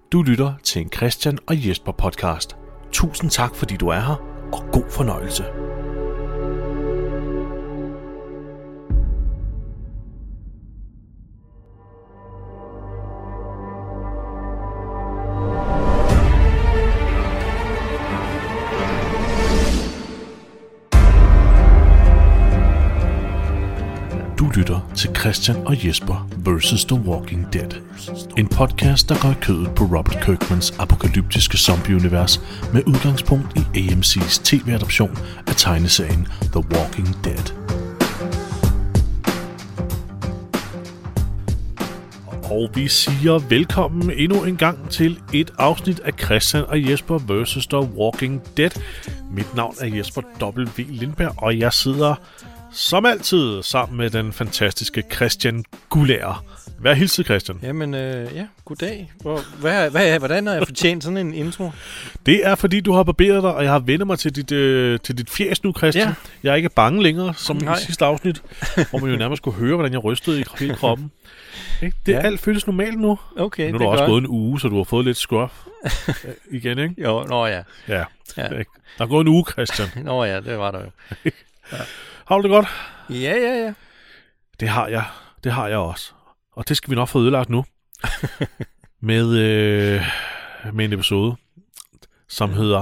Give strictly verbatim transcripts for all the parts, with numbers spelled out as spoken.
Du lytter til en Christian og Jesper podcast. Tusind tak, fordi du er her, og god fornøjelse. Du lytter til Christian og Jesper versus. The Walking Dead. En podcast, der går i kødet på Robert Kirkmans apokalyptiske zombie-univers med udgangspunkt i A M C's tv-adoption af tegneserien The Walking Dead. Og vi siger velkommen endnu en gang til et afsnit af Christian og Jesper versus. The Walking Dead. Mit navn er Jesper W. Lindberg, og jeg sidder som altid sammen med den fantastiske Christian Gulær. Vær hilset, Christian. Jamen, øh, ja, goddag. Hvor, hvad, hvad, hvordan har jeg fortjent sådan en intro? Det er, fordi du har barberet dig, og jeg har vendt mig til dit, øh, til dit fjæs nu, Christian. Ja. Jeg er ikke bange længere, som Nej. i sidste afsnit, hvor man jo nærmest kunne høre, hvordan jeg rystede i hele kroppen. Det ja. Alt føles normalt nu. Okay, nu er du også godt. Gået en uge, så du har fået lidt scruff igen, ikke? Jo, nå ja. Ja, ja. Der er gået en uge, Christian. Nå ja, det var der jo. Ja. Har du det godt? Ja, ja, ja. Det har jeg. Det har jeg også. Og det skal vi nok få ødelagt nu. med, øh, med en episode, som hedder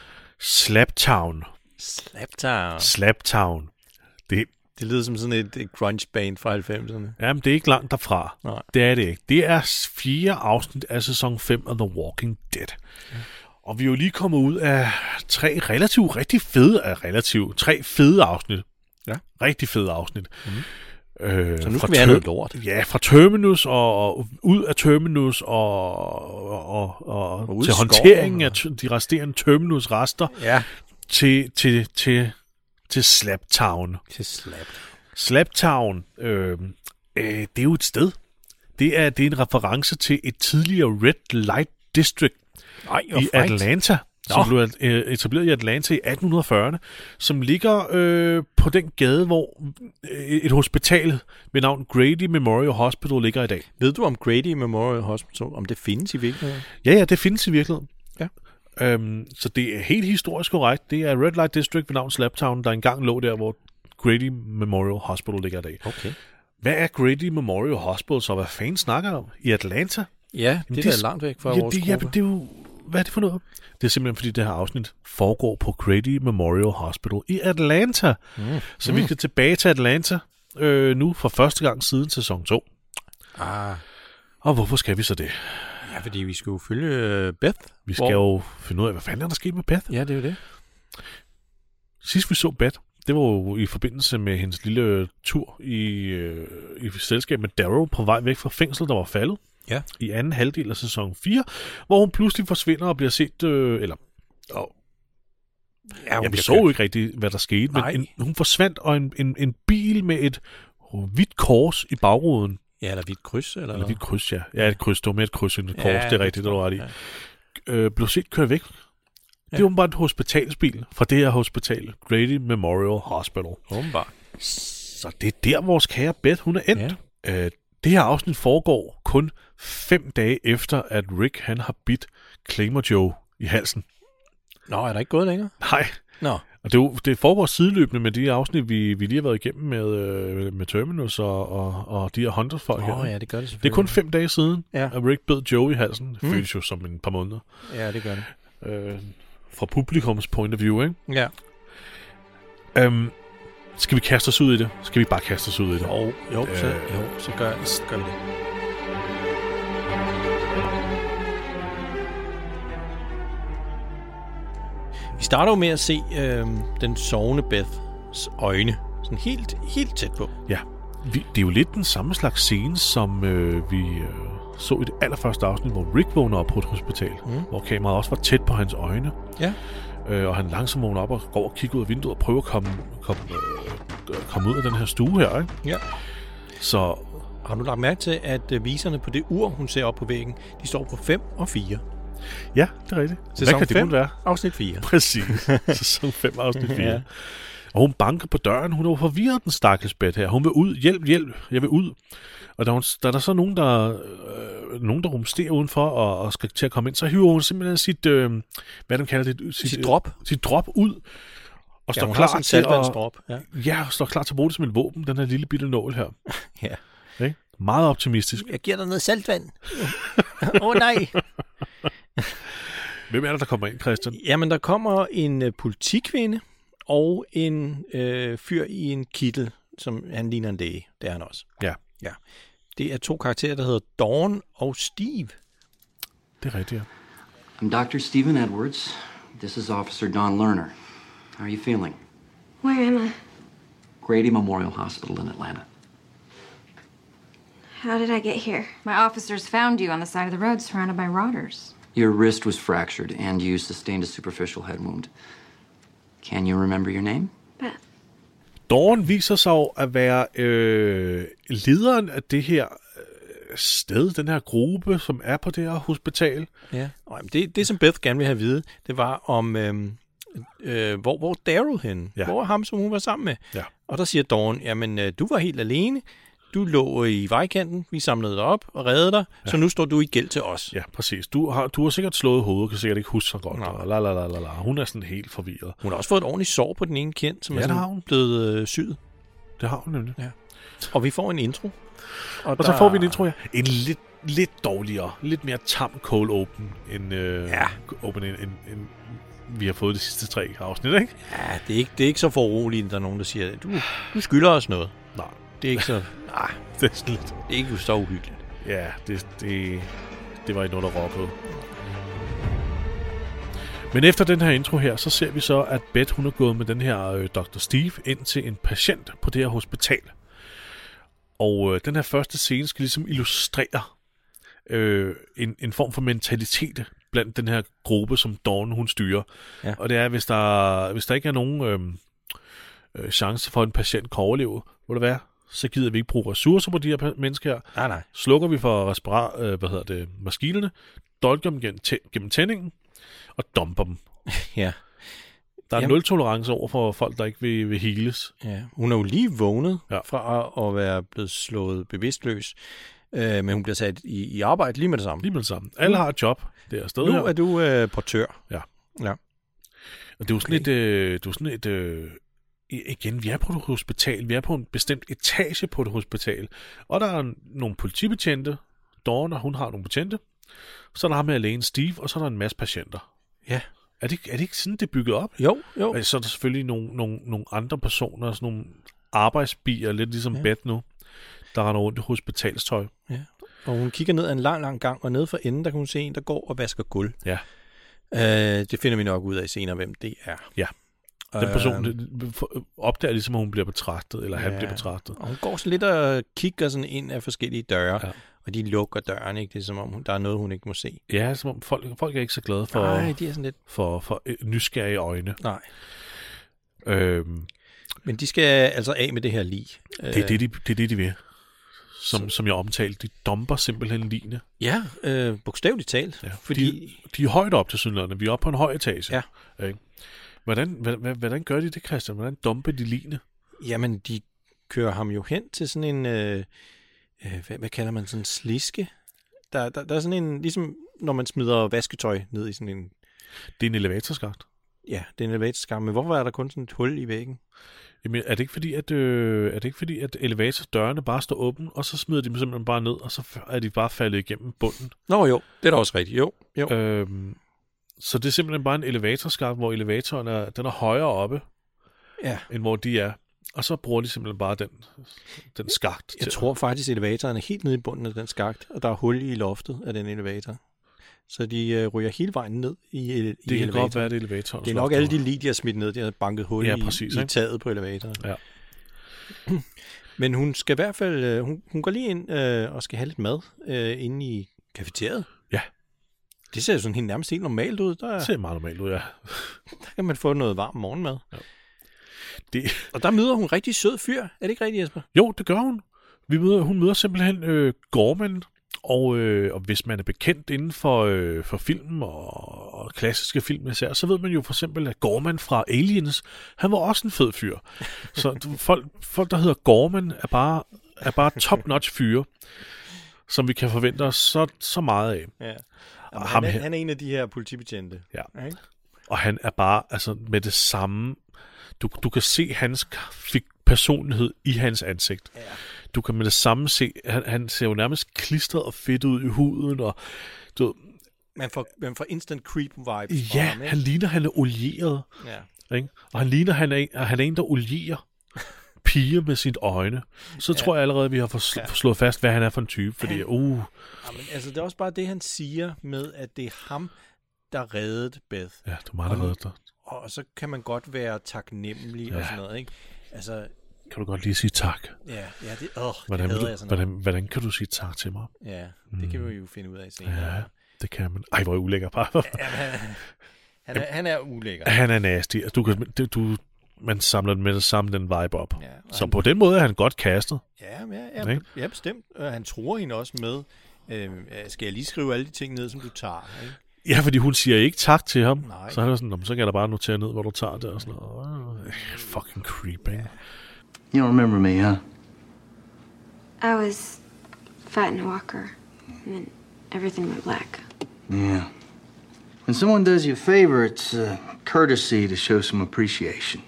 Slaptown. Slaptown. Slaptown. Det, det lyder som sådan et, et grunge band fra halvfemserne. Jamen, det er ikke langt derfra. Nej. Det er det ikke. Det er fire afsnit af sæson fem af The Walking Dead. Ja. Og vi er jo lige kommet ud af tre relativt, rigtig fede, af relativt, tre fede afsnit. Ja. Rigtig fede afsnit. Mm. Øh, så nu skal vi have noget lort. Ja, fra Terminus og, og ud af Terminus og, og, og, og til håndteringen af de resterende Terminus-rester ja. til, til, til, til Slaptown. Til Slap. Slaptown, øh, øh, det er jo et sted. Det er, det er en reference til et tidligere Red Light District Ej, i Atlanta. Som blev etableret i Atlanta i atten fyrrerne, som ligger øh, på den gade, hvor et hospital ved navn Grady Memorial Hospital ligger i dag. Ved du om Grady Memorial Hospital, om det findes i virkeligheden? Ja, ja, det findes i virkeligheden. Ja. Øhm, så det er helt historisk korrekt. Det er Red Light District ved navn Slaptown, der engang lå der, hvor Grady Memorial Hospital ligger i dag. Okay. Hvad er Grady Memorial Hospital, så hvad fanden snakker om? I Atlanta? Ja, det, Jamen, det er langt væk fra ja, vores det, gruppe. Ja, det er jo... Hvad er det for noget? Det er simpelthen, fordi det her afsnit foregår på Grady Memorial Hospital i Atlanta. Mm. Så mm. vi skal tilbage til Atlanta øh, nu for første gang siden sæson to. Ah. Og hvorfor skal vi så det? Ja, fordi vi skal jo følge Beth. Vi skal Hvor... jo finde ud af, hvad fanden er der sket med Beth? Ja, det er jo det. Sidst vi så Beth, det var jo i forbindelse med hendes lille tur i, øh, i selskab med Daryl på vej væk fra fængslet, der var faldet. Ja. I anden halvdel af sæson fire, hvor hun pludselig forsvinder og bliver set, øh, eller, og, ja, ja, vi så jo ikke rigtigt, hvad der skete, men en, hun forsvandt, og en, en, en bil med et hvidt kors i bagruden. Ja, eller hvidt kryds, eller Eller hvidt kryds, ja. Ja, et kryds, det var med et kryds end et kors, ja, det er rigtigt, det var ret i. Ja. Øh, blev set køre væk. Ja. Det er åbenbart et hospitalsbil fra det her hospital, Grady Memorial Hospital. Åbenbart. Så det er der, vores kære Beth, hun er endt. Ja. Øh, Det her afsnit foregår kun fem dage efter, at Rick han har bidt Claymore Joe i halsen. Nå, er der ikke gået længere? Nej. Nå. Og det, det foregår sideløbende med de afsnit, vi, vi lige har været igennem med, øh, med Terminus og, og, og de her Hunters-folk her. Åh ja, det gør det selvfølgelig. Det er kun fem dage siden, ja. at Rick bed Joe i halsen. Det mm. føles jo som en par måneder. Ja, det gør det. Øh, fra publikums point of view, ikke? Ja. Øhm, Skal vi kaste os ud i det? Skal vi bare kaste os ud i det? Jo, jo, så, øh, jo, så gør, så gør vi det. Vi starter jo med at se øh, den sovende Beths øjne. Sådan helt, helt tæt på. Ja, vi, det er jo lidt den samme slags scene, som øh, vi øh, så i det allerførste afsnit, hvor Rick vågner op på et hospital. Mm. Hvor kameraet også var tæt på hans øjne. Ja. Øh, og han langsomt vågner op og går og kigger ud af vinduet og prøver at komme, komme, øh, komme ud af den her stue her, ikke? Ja. Så har du lagt mærke til, at øh, viserne på det ur, hun ser op på væggen, de står på fem og fire? Ja, det er rigtigt. Sæson Hvad kan det fem, kun være? Afsnit fire. Præcis. Sæson fem, afsnit fire. Og hun banker på døren. Hun er jo forvirret, den stakkels Beth her. Hun vil ud. Hjælp, hjælp. Jeg vil ud. Og da, hun, da der er så nogen, der, øh, nogen, der rumsterer udenfor og, og skal til at komme ind, så hiver hun simpelthen sit, øh, hvad de kalder det? Sit, sit drop. Sit drop ud. Og ja, står klar til saltvandsdrop. Ja. ja, står klar til at bruge det som et våben, den her lille bitte nål her. ja. Okay? Meget optimistisk. Jeg giver dig noget saltvand. Åh oh, nej. Hvem er der, der kommer ind, Christian? Jamen, der kommer en uh, politikvinde og en uh, fyr i en kittel, som han ligner en læge. Det er han også. Ja. ja. Det er to karakterer, der hedder Dawn og Steve. Det er rigtigt, ja. I'm doctor Stephen Edwards. This is Officer Don Lerner. How are you feeling? Where am I? Grady Memorial Hospital in Atlanta. How did I get here? My officers found you on the side of the road surrounded by rotters. Your wrist was fractured and you sustained a superficial head wound. Can you remember your name? Beth. Dawn viser sig jo at være øh, lederen af det her øh, sted, den her gruppe, som er på det her hospital. Ja, og det, det som Beth gerne vil have at vide, det var om, øh, øh, hvor, hvor Daryl henne? Ja. Hvor er ham, som hun var sammen med? Ja. Og der siger Dawn, jamen øh, du var helt alene. Du lå i vejkanten, vi samlede dig op og reddede dig, ja. Så nu står du i gæld til os. Ja, præcis. Du har, du har sikkert slået hovedet, kan sikkert ikke huske så godt. Og la, la, la, la, la. Hun er sådan helt forvirret. Hun har også fået et ordentligt sår på den ene kind, som ja, er sådan blevet øh, syet. Det har hun nemlig. Ja. Og vi får en intro. Og, og der... så får vi en intro, ja. En lidt, lidt dårligere, lidt mere tam cold open, end, øh, ja. open end, end, end vi har fået de sidste tre afsnit, ikke? Ja, det er ikke, det er ikke så foruroligende, der er nogen, der siger, du, du skylder os noget. Nej. Det er ikke så... Nej, det er sådan lidt... Det er ikke så uhyggeligt. Ja, det, det, det var ikke noget, der råbede. Men efter den her intro her, så ser vi så, at Beth, hun er gået med den her øh, doktor Steve ind til en patient på det her hospital. Og øh, den her første scene skal ligesom illustrere øh, en, en form for mentalitet blandt den her gruppe, som Dawn, hun styrer. Ja. Og det er, hvis der, hvis der ikke er nogen øh, øh, chance for, at en patient kan overleve, må det være, så gider vi ikke bruge ressourcer på de her mennesker her. Nej, nej. Slukker vi for respira- øh, hvad hedder det, maskinerne, dolker dem gennem, tæ- gennem tændingen, og dumper dem. Ja. Der er nul tolerance over for folk, der ikke vil, vil heales. Ja. Hun er jo lige vågnet ja. fra at, at være blevet slået bevidstløs, øh, men hun bliver sat i, i arbejde lige med det samme. Lige med det samme. Alle har et job der sted nu her. Nu er du øh, portør. Ja. Ja. Og det er jo sådan okay. et... Øh, det er jo sådan et øh, igen, vi er på et hospital. Vi er på en bestemt etage på et hospital. Og der er nogle politibetjente. Dawn, og hun har nogle betjente. Så er der ham med alene Steve, og så er der en masse patienter. Ja. Er det, er det ikke sådan, det er bygget op? Jo, jo. Og så er der selvfølgelig nogle, nogle, nogle andre personer, sådan nogle arbejdsbier, lidt ligesom ja. Beth nu, der render rundt i hospitalstøj. Ja. Og hun kigger ned ad en lang, lang gang, og nede for enden, der kan hun se en, der går og vasker gulv. Ja. Øh, det finder vi nok ud af senere, hvem det er. Ja. Den person øh, opdager ligesom, at hun bliver betragtet, eller ja. han bliver betragtet. Og hun går så lidt og kigger sådan ind af forskellige døre, ja. Og de lukker døren, ikke? Det er som om, hun, der er noget, hun ikke må se. Ja, som om folk, folk er ikke så glade for, Nej, de er sådan lidt... for, for nysgerrige øjne. Nej. Øhm, Men de skal altså af med det her lig. Det er det, de, det, er det, de vil. Som, som jeg omtalte, de dumper simpelthen ligene. Ja, øh, bogstaveligt talt. Ja, fordi... de, de er højt op til synligheden. Vi er oppe på en høj etage. Ja. Ikke? Hvordan, hvordan, hvordan gør de det, Christian? Hvordan dumper de ligene? Jamen, de kører ham jo hen til sådan en... Øh, øh, hvad, hvad kalder man sådan en sliske? Der, der, der er sådan en... Ligesom når man smider vasketøj ned i sådan en... Det er en elevatorskakt. Ja, det er en elevatorskakt. Men hvorfor er der kun sådan et hul i væggen? Jamen, er det ikke fordi, at, øh, er det ikke fordi, at elevatordørene bare står åbne, og så smider de dem simpelthen bare ned, og så er de bare faldet igennem bunden? Nå jo, det er da også rigtigt. Jo, jo. Øhm, så det er simpelthen bare en elevatorskakt, hvor elevatoren er, den er højere oppe, ja. end hvor de er. Og så bruger de simpelthen bare den, den skakt. Jeg tror faktisk, at elevatoren er helt nede i bunden af den skakt, og der er hul i loftet af den elevator. Så de øh, ryger hele vejen ned i, i elevatoren. Det kan godt være, det elevatoren. Det er nok alle de lig, de har smidt ned, de har banket hul ja, præcis, i, i taget på elevatoren. Ja. Men hun skal i hvert fald, øh, hun, hun går lige ind øh, og skal have lidt mad øh, inde i kafeteriet. Ja. Det ser jo sådan helt nærmest helt normalt ud. Der, det ser meget normalt ud, ja. Der kan man få noget varm morgenmad. Ja. Det... Og der møder hun en rigtig sød fyr. Er det ikke rigtigt, Jesper? Jo, det gør hun. Vi møder, hun møder simpelthen øh, Gorman, Og, øh, og hvis man er bekendt inden for, øh, for film og, og klassiske film især, så ved man jo for eksempel, at Gorman fra Aliens, han var også en fed fyr. Så du, folk, folk, der hedder Gorman, er bare, er bare top-notch fyre, som vi kan forvente os så, så meget af. Ja. Og han, ham, er, han er en af de her politibetjente. Ja. Ikke? Og han er bare altså med det samme. Du, du kan se hans personlighed i hans ansigt. Ja. Du kan med det samme se, han, han ser jo nærmest klistret og fedt ud i huden, og du ved, man får, man får instant creep vibes. ja, ham, han ligner, han er olieret. Ja. Ikke? Og han ligner, han er, han er en, der olierer piger med sine øjne. Så ja. tror jeg allerede, vi har fået ja. slået fast, hvad han er for en type. Fordi, han, uh. Jamen, altså, det er også bare det, han siger med, at det er ham, der reddede Beth. Ja, det er mig, der reddede dig. Og så kan man godt være taknemmelig ja. og sådan noget, ikke? Altså, kan du godt lige sige tak? Ja, ja det, åh, hvordan, det du, jeg sådan hvordan, hvordan kan du sige tak til mig? Ja, det mm. kan vi jo finde ud af senere. Ja, det kan man. Ej, hvor er ulækker bare. Ja, han, han, er, han er ulækker. Han er nasty. Du kan, du, man samler den med det samme, den vibe op. Ja, så han, på den måde er han godt castet. Ja, ja, ja, ja bestemt. Og han tror hende også med, øh, skal jeg lige skrive alle de ting ned, som du tager, ikke? Ja, fordi hun siger ikke tak til ham. Nej. Så er det sådan, så kan jeg da bare notere ned, hvor du tager det og sådan noget. Oh, fucking creepy. Yeah. You don't remember me, huh? I was fat and a walker, and then everything went black. Yeah. When someone does you a favor, it's a courtesy to show some appreciation.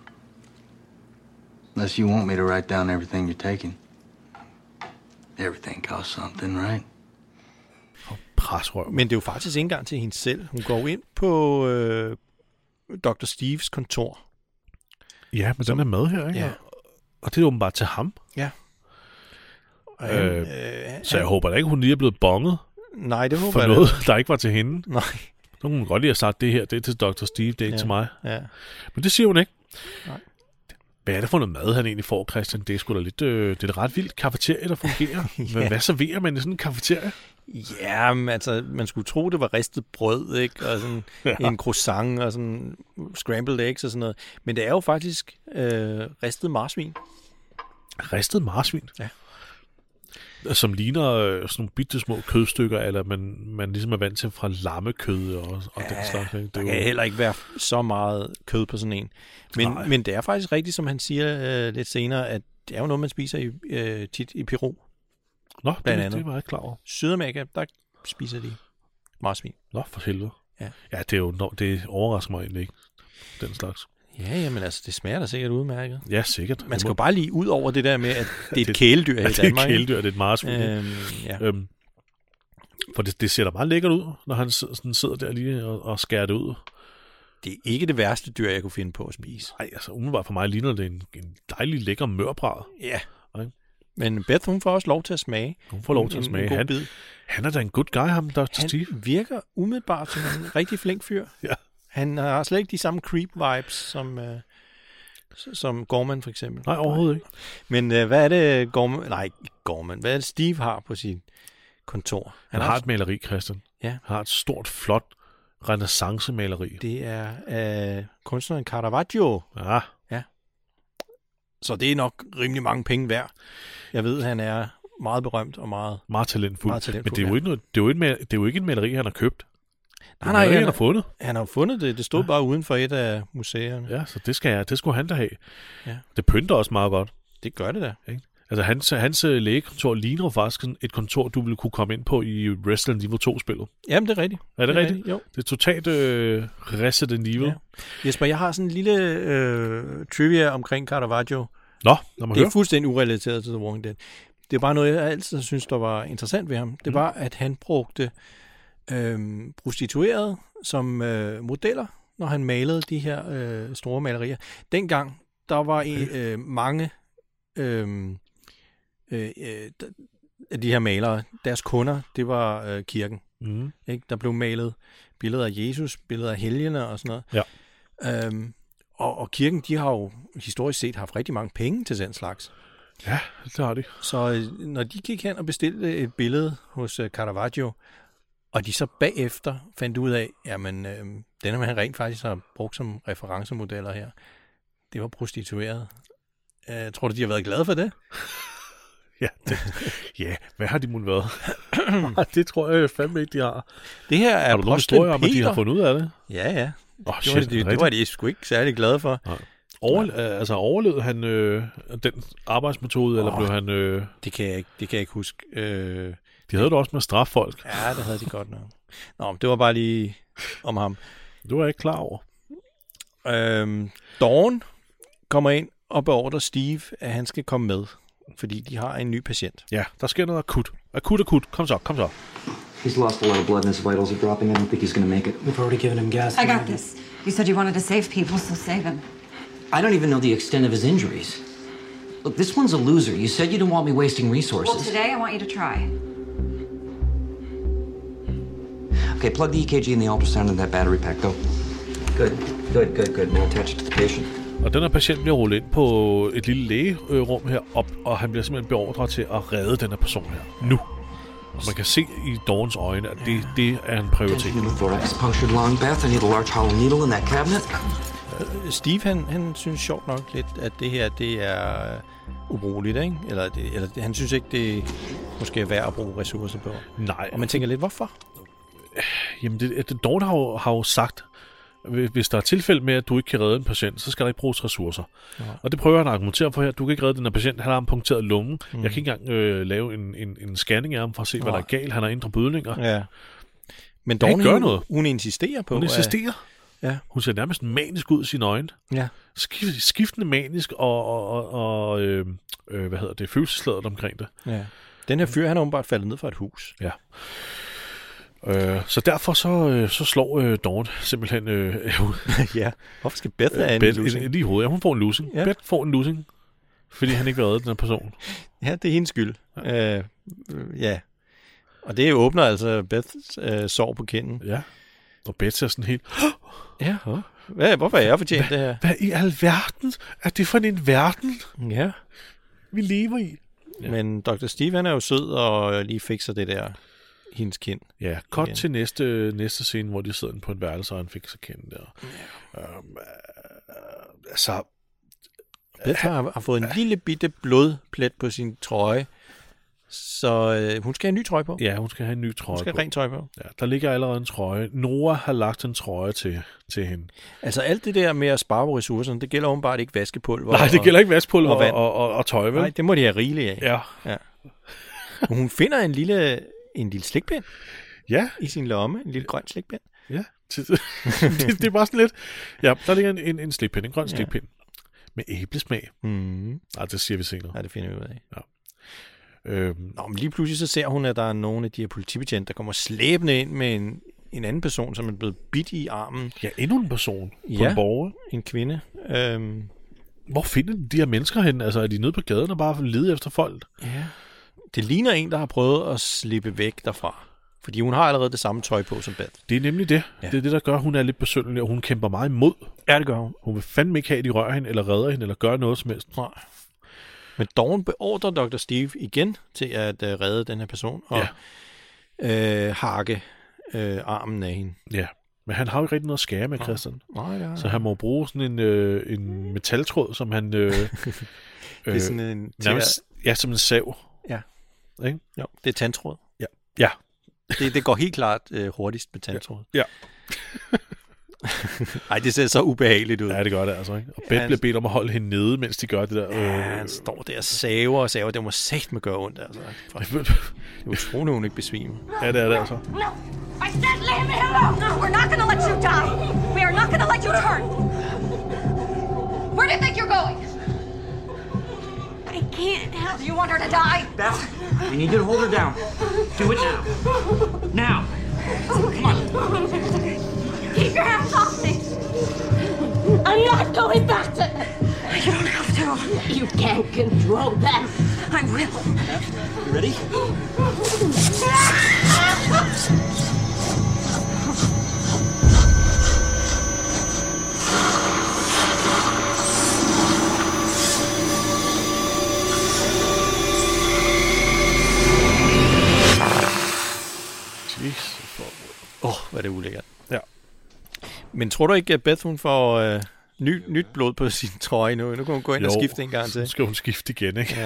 Unless you want me to write down everything you're taking. Everything costs something, right? Presrøv. Men det er jo faktisk ikke engang til hende selv. Hun går ind på øh, doktor Steves kontor. Ja, men som, den er med her, ikke? Ja. Og det er åbenbart til ham. Ja. Øh, øh, så jeg han, håber da ikke, hun lige er blevet bonget. Nej, det håber for jeg noget, det. der ikke var til hende. Nej. Så kunne hun godt lige have sagt, det her, det er til doktor Steve, det er ikke ja. til mig. Ja. Men det siger hun ikke. Nej. Hvad er det for noget mad, han egentlig får, Christian? Det er sgu da lidt, øh, det er et ret vildt kafeterie, der fungerer. ja. hvad, hvad serverer man i sådan en kafeterie? Ja, men altså, man skulle tro, det var ristet brød, ikke? Og sådan ja. en croissant og sådan scrambled eggs og sådan noget. Men det er jo faktisk øh, ristet marsvin. Ristet marsvin? Ja. Som ligner øh, sådan nogle bitte små kødstykker, eller man, man ligesom er vant til fra lammekød og, og ja, den slags. Det der jo... kan heller ikke være så meget kød på sådan en. Men, men det er faktisk rigtigt, som han siger øh, lidt senere, at det er jo noget, man spiser i, øh, tit i Peru. Nå, det, det var jeg klar over. Sydamerika, der spiser de marsvin. Nå, for helvede. Ja, ja det, er jo, det overrasker mig egentlig ikke, den slags. Ja, jamen altså, det smager da sikkert udmærket. Ja, sikkert. Man skal jo bare lige ud over det der med, at det er et kæledyr her i Danmark. Det er et kæledyr, det er et marsvin. Øhm, ja. øhm, for det, det ser da meget lækkert ud, når han sådan sidder der lige og, og skærer det ud. Det er ikke det værste dyr, jeg kunne finde på at spise. Nej, altså umiddelbart for mig ligner det en, en dejlig lækker mørbræd. Ja. Okay. Men Beth, hun får også lov til at smage. Hun får lov til at smage. Han, han er da en good guy, ham doktor Han Steve. virker umiddelbart som en rigtig flink fyr. Ja. Han har slet ikke de samme creep-vibes, som, øh, som Gorman for eksempel. Nej, overhovedet ikke. Men øh, hvad er det Gorman, nej, Gorman, hvad er det Steve har på sit kontor? Han, han har et maleri, Christian. Ja. Han har et stort, flot renaissance-maleri. Det er øh, kunstneren Caravaggio. Ja. Ja. Så det er nok rimelig mange penge værd. Jeg ved, han er meget berømt og meget, meget talentfuld. Meget talentfuld. Men det er, jo ikke noget, det, er jo ikke, det er jo ikke et maleri, han har købt. Nej, nej, han, han har fundet. Han har fundet det. Det stod ja. bare uden for et af museerne. Ja, så det, skal jeg, det skulle han da have. Ja. Det pynter også meget godt. Det gør det da. Ikke? Altså, hans, hans lægekontor ligner jo faktisk et kontor, du ville kunne komme ind på i Resident Evil to-spillet. Jamen, det er rigtigt. Er det, det er rigtigt? rigtigt? Jo. Det er totalt øh, Resident Evil. Ja. Jesper, jeg har sådan en lille øh, trivia omkring Caravaggio. Nå, lad mig Det er høre. fuldstændig urelateret til The Walking Dead. Det er bare noget, jeg altid synes, der var interessant ved ham. Det var, at han brugte øh, prostituerede som øh, modeller, når han malede de her øh, store malerier. Dengang, der var okay. øh, mange øh, øh, af de her malere, deres kunder, det var øh, kirken. Mm. Ikke? Der blev malet billeder af Jesus, billeder af helgene og sådan noget. Ja. Øhm, og, og kirken, de har jo historisk set haft rigtig mange penge til den slags. Ja, det har de. Så når de gik hen og bestilte et billede hos uh, Caravaggio, og de så bagefter fandt ud af, jamen, øh, denne man rent faktisk har brugt som referencemodeller her, det var prostitueret. Uh, tror du, de har været glade for det? Ja, det, ja, hvad har de mun været? Det tror jeg fandme ikke, de har. Det her er har du nogen historie om, at de har fundet ud af det? Ja, ja. Oh, det, shit, var, det, det var de sgu ikke særlig glade for. Nej. Over, ja. Altså overlevede han øh, den arbejdsmetode, oh, eller blev han... Øh... Det, kan jeg ikke, det kan jeg ikke huske. Øh... De havde det også med straffolk. Ja, det havde de godt nok. Nå, det var bare lige om ham. Det var jeg ikke klar over. Øhm, Dawn kommer ind og beordrer Steve, at han skal komme med, fordi de har en ny patient. Ja, der sker noget akut. Akut, akut. Kom så, kom så. He's lost a lot of blood and his vitals are dropping. I don't think he's going to make it. We've already given him gas. I got this. You said you wanted to save people, so save him. I don't even know the extent of his injuries. Look, this one's a loser. You said you didn't want me wasting resources. Well, today I want you to try. Okay, plug the E K G and the ultrasound in that battery pack. Go. Good, good, good, good. Now attach it to the patient. Og den her patient bliver rullet ind på et lille lægerum her op, og han bliver simpelthen beordret til at redde den her person her. Nu. Og man kan se i Dawns øjne, at det, det er en prioritet. Thorax punctured lung, Beth. I need a large hollow needle in that cabinet. Steve, han, han synes sjovt nok lidt, at det her, det er ubrugeligt, ikke? Eller, det, eller det, han synes ikke, det måske er værd at bruge ressourcer på. Nej. Og man tænker lidt, hvorfor? Jamen, det, det, Dawn har jo, har jo sagt, hvis der er tilfælde med, at du ikke kan redde en patient, så skal der ikke bruges ressourcer. Ja. Og det prøver han at argumentere for her. Du kan ikke redde den her patient. Han har en punkteret lunge. Mm. Jeg kan ikke engang øh, lave en, en, en scanning af ham for at se, hvad ja. der er galt. Han har indre blødninger. Ja. Men Dawn, gør noget. Hun insisterer på. Hun insisterer. At... Ja. Hun ser nærmest manisk ud i sine øjne. Ja. Skift, skiftende manisk og, og, og, og øh, øh, hvad hedder det, følelsesladet omkring det. Ja. Den her fyr, han er åbenbart faldet ned fra et hus. Ja. Øh, så derfor så, øh, så slår øh, Dawn simpelthen... Øh, ja, hvorfor skal Beth have en Beth, losing? Lige i hovedet. Ja, hun får en losing. Ja. Beth får en losing, fordi han ikke vil redde den her person. Ja, det er hendes skyld. Ja. Øh, øh, ja. Og det åbner altså Beths øh, sår på kinden. Ja. Og Beth ser sådan helt... ja, hvad, hvorfor er jeg fortjent det her? Hvad i alverden er det for en verden, ja. vi lever i? Ja. Men doktor Steve, han er jo sød og lige fikser det der... hendes kind. Ja, kort til næste, næste scene, hvor de sidder på en værelse, og han fik sig kinden der. Ja. Øhm, øh, altså... Beth har, har fået en lille bitte blodplet på sin trøje, så øh, hun skal have en ny trøje på. Ja, hun skal have en ny trøje Hun skal på. have ren trøje på. Ja, der ligger allerede en trøje. Nora har lagt en trøje til, til hende. Altså alt det der med at spare på ressourcerne, det gælder åbenbart ikke vaskepulver. Nej, det gælder ikke vaskepulver og, og, og, og, og tøj, vel? Nej, det må de have rigeligt af. Ja. ja. Hun finder en lille... en lille slikpind ja. i sin lomme. En lille grøn slikpind. Ja. det, det er bare sådan lidt... Ja, der ligger en, en, en slikpind, en grøn ja. slikpind. Med æblesmag. Mm. Nej, det siger vi senere. Nej, det finder vi ud af. Ja. Øhm. Nå, men lige pludselig så ser hun, at der er nogle af de her politibetjente, der kommer slæbende ind med en, en anden person, som er blevet bidt i armen. Ja, endnu en person. På ja, en borger. En kvinde. Øhm. Hvor finder de her mennesker hen? Altså, er de nede på gaden og bare lede efter folk? Ja. Det ligner en, der har prøvet at slippe væk derfra. Fordi hun har allerede det samme tøj på som Beth. Det er nemlig det. Ja. Det er det, der gør, at hun er lidt besynderlig, og hun kæmper meget imod. Ja, det gør hun. Hun vil fandme ikke have, at de rører hende, eller redder hende, eller gør noget som helst. Nej. Men Dawn beordrer doktor Steve igen til at uh, redde den her person, og ja. øh, hakke øh, armen af hende. Ja, men han har jo ikke rigtig noget at skære med, Christian. Nej, ja, ja. Så han må bruge sådan en, øh, en metaltråd, som han... Øh, det er sådan en... Nærmest, ja, som en sav. Ja. Ikke? Jo, det er tandtråd. Ja. Ja. Det, det går helt klart øh, hurtigst med tandtråd. Ja. Ej, det ser så ubehageligt ud. Ja, det gør det altså, ikke? Og Beth ja, bliver bedt om at holde hende nede, mens de gør det der. Øh... Ja, han står der og saver og saver. Det må sagt med gøre ondt, altså. Det er utroligt, hun ikke besvimer. Ja, det er det altså. No, I said leave me alone! No, we're not gonna let you die! We are not gonna let you turn! Where do you think you're going? I can't help. Do you want her to die? Beth, we need you to hold her down. Do it now. Now! Come on. Keep your hands off me! I'm not going back to... You don't have to. You can't control them. I will. You ready? Åh, oh, hvad er det ulækkert. Ja. Men tror du ikke, at Beth hun får øh, ny, nyt blod på sin trøje nu? Nu kan hun gå ind jo, og skifte en gang til. Så skal hun skifte igen, ikke? Ja.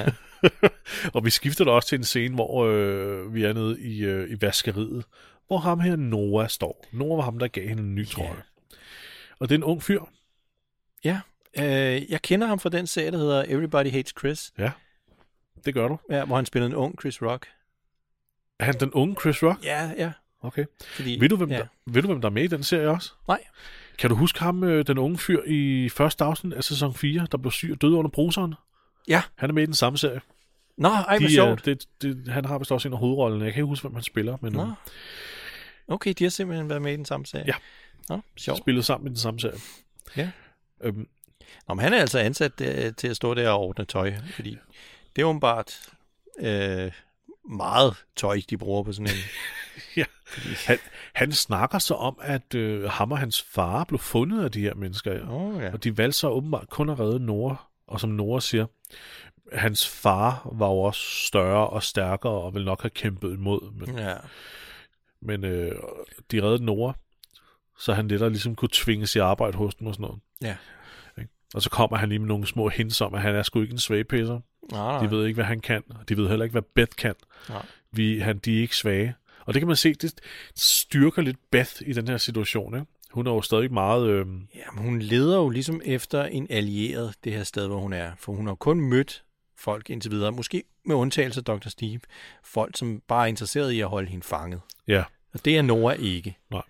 Og vi skifter da også til en scene, hvor øh, vi er nede i, øh, i vaskeriet, hvor ham her Noah står. Noah var ham, der gav hende en ny trøje. Yeah. Og det er en ung fyr. Ja, øh, jeg kender ham fra den serie, der hedder Everybody Hates Chris. Ja, det gør du. Ja, hvor han spillede en ung Chris Rock. Er han den unge Chris Rock? Ja, ja. Okay. Fordi, ved, du, hvem ja. der, ved du, hvem der er med i den serie også? Nej. Kan du huske ham, øh, den unge fyr i første afsnit af sæson fire, der blev syg og døde under bruseren? Ja. Han er med i den samme serie. Nå, ej, hvor De, sjovt. det, det, han har vist også en af hovedrollerne. Jeg kan ikke huske, hvem han spiller. Men, Nå. Okay, de har simpelthen været med i den samme serie. Ja. Nå, sjovt. Spillet sammen i den samme serie. Ja. Øhm. Nå, men han er altså ansat uh, til at stå der og ordne tøj, fordi det er åbenbart uh, meget tøj, de bruger på sådan en... Ja. Han, han snakker så om, at øh, ham og hans far blev fundet af de her mennesker. Ja. Oh, ja. Og de valgte så åbenbart kun at redde Noah. Og som Noah siger, hans far var jo også større og stærkere og ville nok have kæmpet imod. Men, ja. men øh, de reddede Noah, så han lettere ligesom kunne tvinges i arbejde hos dem og sådan noget. Ja. Og så kommer han lige med nogle små hints om, at han er sgu ikke en svagepisser. Nej, de ved ikke, hvad han kan. De ved heller ikke, hvad Beth kan. Nej. Vi, han, de er ikke svage. Og det kan man se, det styrker lidt Beth i den her situation. Ikke? Hun er jo stadig meget... Øh... Ja, men hun leder jo ligesom efter en allieret det her sted, hvor hun er. For hun har kun mødt folk indtil videre. Måske med undtagelse af doktor Steve. Folk, som bare er interesseret i at holde hende fanget. Ja. Og det er Noah ikke. Nej.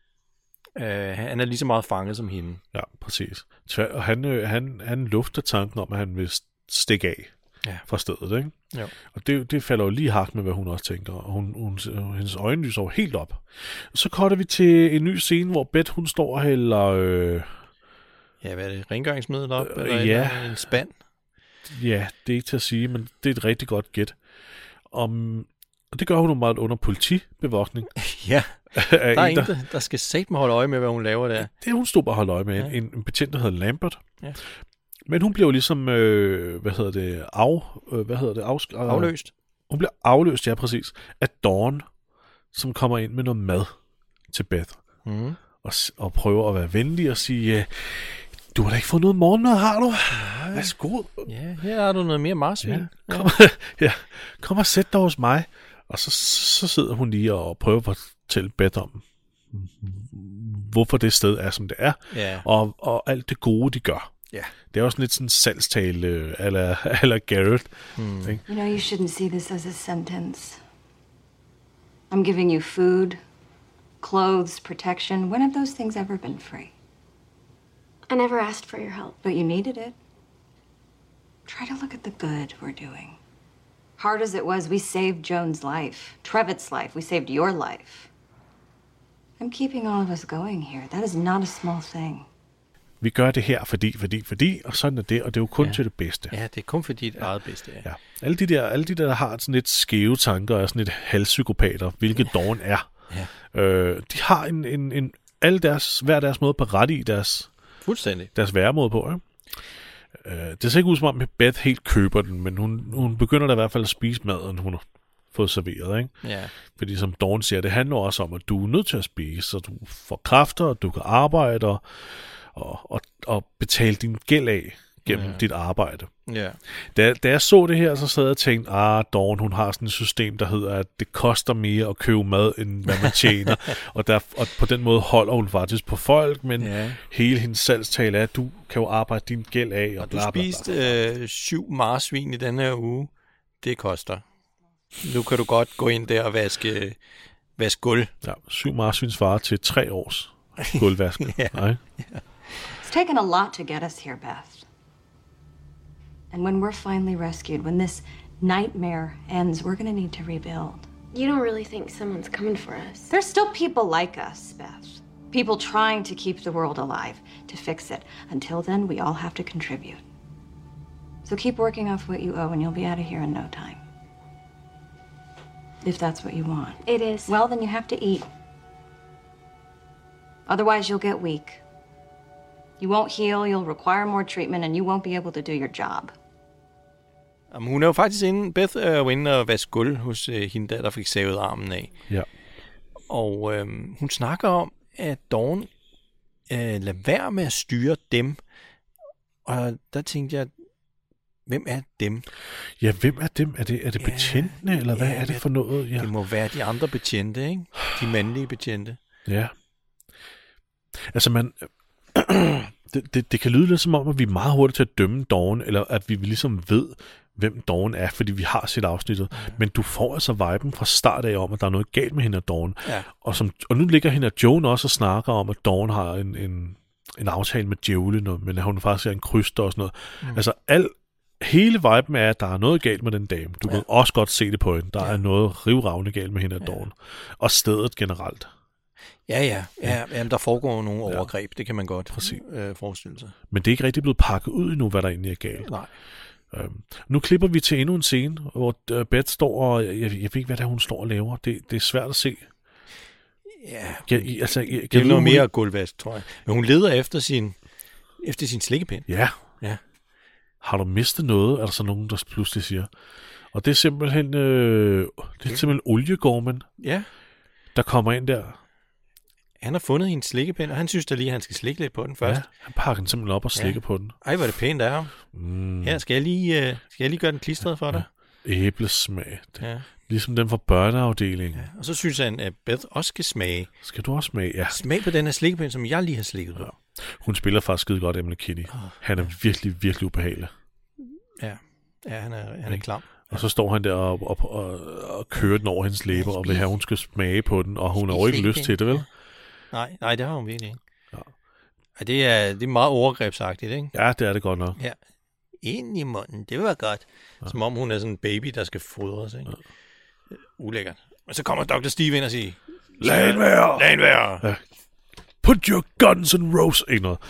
Uh, han er lige så meget fanget som hende. Ja, præcis. Og han, øh, han, han lufter tanken om, at han vil stikke af ja. fra stedet. Ikke? Jo. Og det, det falder jo lige hakt med, hvad hun også tænker. Og hun, hun, hendes øjne lyser jo helt op. Så cutter vi til en ny scene, hvor Beth, hun står og hælder... Øh... Ja, hvad er det? Rengøringsmiddel op? Øh, eller ja. en spand? Ja, det er ikke til at sige, men det er et rigtig godt gæt. Om... Og det gør hun jo meget under politibevogtning. Ja, der er en, en, der, der skal satme holde øje med, hvad hun laver der. Det hun stod bare holde øje med. Ja. En, en betjent, der hedder Lambert. Ja. Men hun bliver jo ligesom, øh, hvad hedder det, af, øh, hvad hedder det, af, øh, afløst. Hun bliver afløst, ja præcis, af Dawn, som kommer ind med noget mad til Beth. Mm. Og, og prøver at være venlig og sige, øh, du har da ikke fået noget morgenmad, har du? Nej. Værsgo. Ja, her har du noget mere marsvin. Ja. Kom, ja. Kom og sæt dig hos mig. Og så, så sidder hun lige og prøver at fortælle Beth om, hvorfor det sted er, som det er, ja. og, og alt det gode, de gør. Ja. Det er også lidt sådan en salgstale a la, a la Garrett. Hmm. You know, you shouldn't see this as a sentence. I'm giving you food, clothes, protection. When have those things ever been free? I never asked for your help. But you needed it. Try to look at the good we're doing. Hard as it was, we saved Joan's life, Trevitt's life. We saved your life. I'm keeping all of us going here. That is not a small thing. Vi gør det her, fordi, fordi, fordi, og sådan er det, og det er jo kun ja. til det bedste. Ja, det er kun for dit ja. eget bedste. Ja. Ja. Alle de der, alle de der, der har sådan lidt skæve tanker, og sådan lidt halvpsykopater, hvilket ja. Dawn er. Ja. Øh, de har en, en, en, alle deres, hver deres måde på ret i deres, fuldstændig. Deres væremåde på, ikke? Det ser ikke ud som om, at Beth helt køber den, men hun, hun begynder da i hvert fald at spise maden, hun har fået serveret, ikke? Ja. Fordi som Dawn siger, det handler også om, at du er nødt til at spise, så du får kræfter, og du kan arbejde og, og, og betale din gæld af gennem ja. dit arbejde. Ja. Da, da jeg så det her, så sad jeg og tænkte, ah, Dawn, hun har sådan et system, der hedder, at det koster mere at købe mad, end hvad man tjener. og, der, og på den måde holder hun faktisk på folk, men ja. hele hendes salgstal er, at du kan jo arbejde din gæld af. Og, og bla, du bla, spiste bla, bla. Øh, syv marsvin i den her uge. Det koster. Nu kan du godt gå ind der og vaske, vaske gulv. Ja, syv marsvins varer til tre års gulvvask. ja. Nej. Yeah. It's taken a lot to get us here, Beth. And when we're finally rescued, when this nightmare ends, we're going to need to rebuild. You don't really think someone's coming for us? There's still people like us, Beth. People trying to keep the world alive, to fix it. Until then, we all have to contribute. So keep working off what you owe and you'll be out of here in no time. If that's what you want. It is. Well, then you have to eat. Otherwise, you'll get weak. You won't heal, you'll require more treatment, and you won't be able to do your job. Jamen, hun er jo faktisk inde, Beth er jo inde og vaske gulv hos øh, hende der, der fik savet armen af. Ja. Og øh, hun snakker om, at Dawn øh, lader være med at styre dem. Og der tænkte jeg, hvem er dem? Ja, hvem er dem? Er det, er det Ja, betjentene, eller hvad ja, er det det- for noget? Ja. Det må være de andre betjente, ikke? De mandlige betjente. Ja. Altså, man... det, det, det kan lyde lidt som om, at vi er meget hurtigt til at dømme Dawn, eller at vi ligesom ved, hvem Dawn er, fordi vi har set afsnittet. Ja. Men du får altså viben fra start af om, at der er noget galt med hende og Dawn. Ja. Og, som, og nu ligger hende og Joan også og snakker om, at Dawn har en, en, en aftale med Djævlen, men at hun faktisk er en kryster og sådan noget. Mm. Altså, al, hele viben er, at der er noget galt med den dame. Du ja. kan også godt se det på hende. Der ja. er noget rivravne galt med hende og ja. Dawn. Og stedet generelt. Ja, ja. ja jamen, der foregår nogle overgreb. Det kan man godt øh, forestille sig. Men det er ikke rigtig blevet pakket ud endnu, hvad der egentlig er galt. Nej. Øhm, nu klipper vi til endnu en scene, hvor uh, Beth står og... Jeg, jeg ved ikke, hvad det er, hun står og laver. Det, det er svært at se. Ja, Jeg, altså, jeg, jeg, det er jeg noget ved, mere hun... gulvvask, tror jeg. Men hun leder efter sin, efter sin slikkepind. Ja. Ja. Har du mistet noget, er der så nogen, der pludselig siger. Og det er simpelthen... Øh, det er simpelthen oliegormen, Ja. der kommer ind der. Han har fundet hendes slikkepind, og han synes da lige, at han skal slikke lidt på den først. Ja, han pakker den simpelthen op og slikker ja. på den. Ej, hvor er det pænt af ham. Mm. Her, skal jeg lige, uh, skal jeg lige gøre den klistret for dig? Æblesmag. Ja. Ligesom den fra børneafdelingen. Ja. Og så synes han, at Beth også skal smage. Skal du også smage? Ja. Smag på den her slikkepind, som jeg lige har slikket på. Ja. Hun spiller faktisk skide godt, Emily Kinney. Oh, han er ja. virkelig, virkelig ubehagelig. Ja, ja han er, han er klam. Og så står han der og, og, og, og kører den over hendes læber, og vil have, hun skal smage på den, og hun har jo ikke lyst til det, vel? Nej, nej, det har hun virkelig ikke. Ja. Ja, det, er, det er meget overgrebsagtigt, ikke? Ja, det er det godt nok. Ja. Ind i munden, det var godt. Ja. Som om hun er sådan en baby, der skal fodres, ikke? Ja. Ulækkert. Og så kommer doktor Steve ind og siger, lad hende være! Lad hende være! Ja. Put your guns and roses! Ikke noget.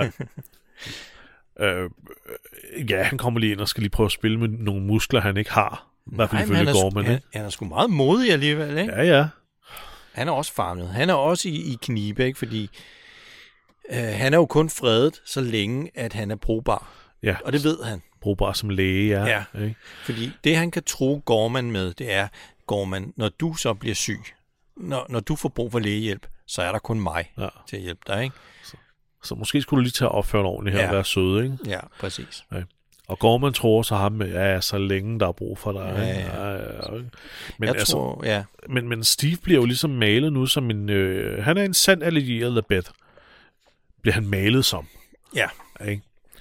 øh, ja, han kommer lige ind og skal lige prøve at spille med nogle muskler, han ikke har. I hvert fald ifølge Gorman. Han, han er sgu meget modig alligevel, ikke? Ja, ja. Han er også farmet. Han er også i, i knibe, ikke? Fordi øh, han er jo kun fredet, så længe, at han er brugbar. Ja. Og det ved han. Brugbar som læge, ja. Ja, ikke? Fordi det, han kan tro Gorman med, det er, Gorman, når du så bliver syg, når, når du får brug for lægehjælp, så er der kun mig ja. til at hjælpe dig, ikke? Så, så måske skulle du lige tage at opføre dig ordentligt her ja. og være sød, ikke? Ja, præcis. Ja. Og Gorman tror så ham med, ja, så længe der er brug for dig. Ja, ja. Ja, ja, ja. Men, jeg altså, tror, ja. men, men Steve bliver jo ligesom malet nu som en... Øh, han er en sand allieret af Beth. Bliver han malet som. Ja. Ikke?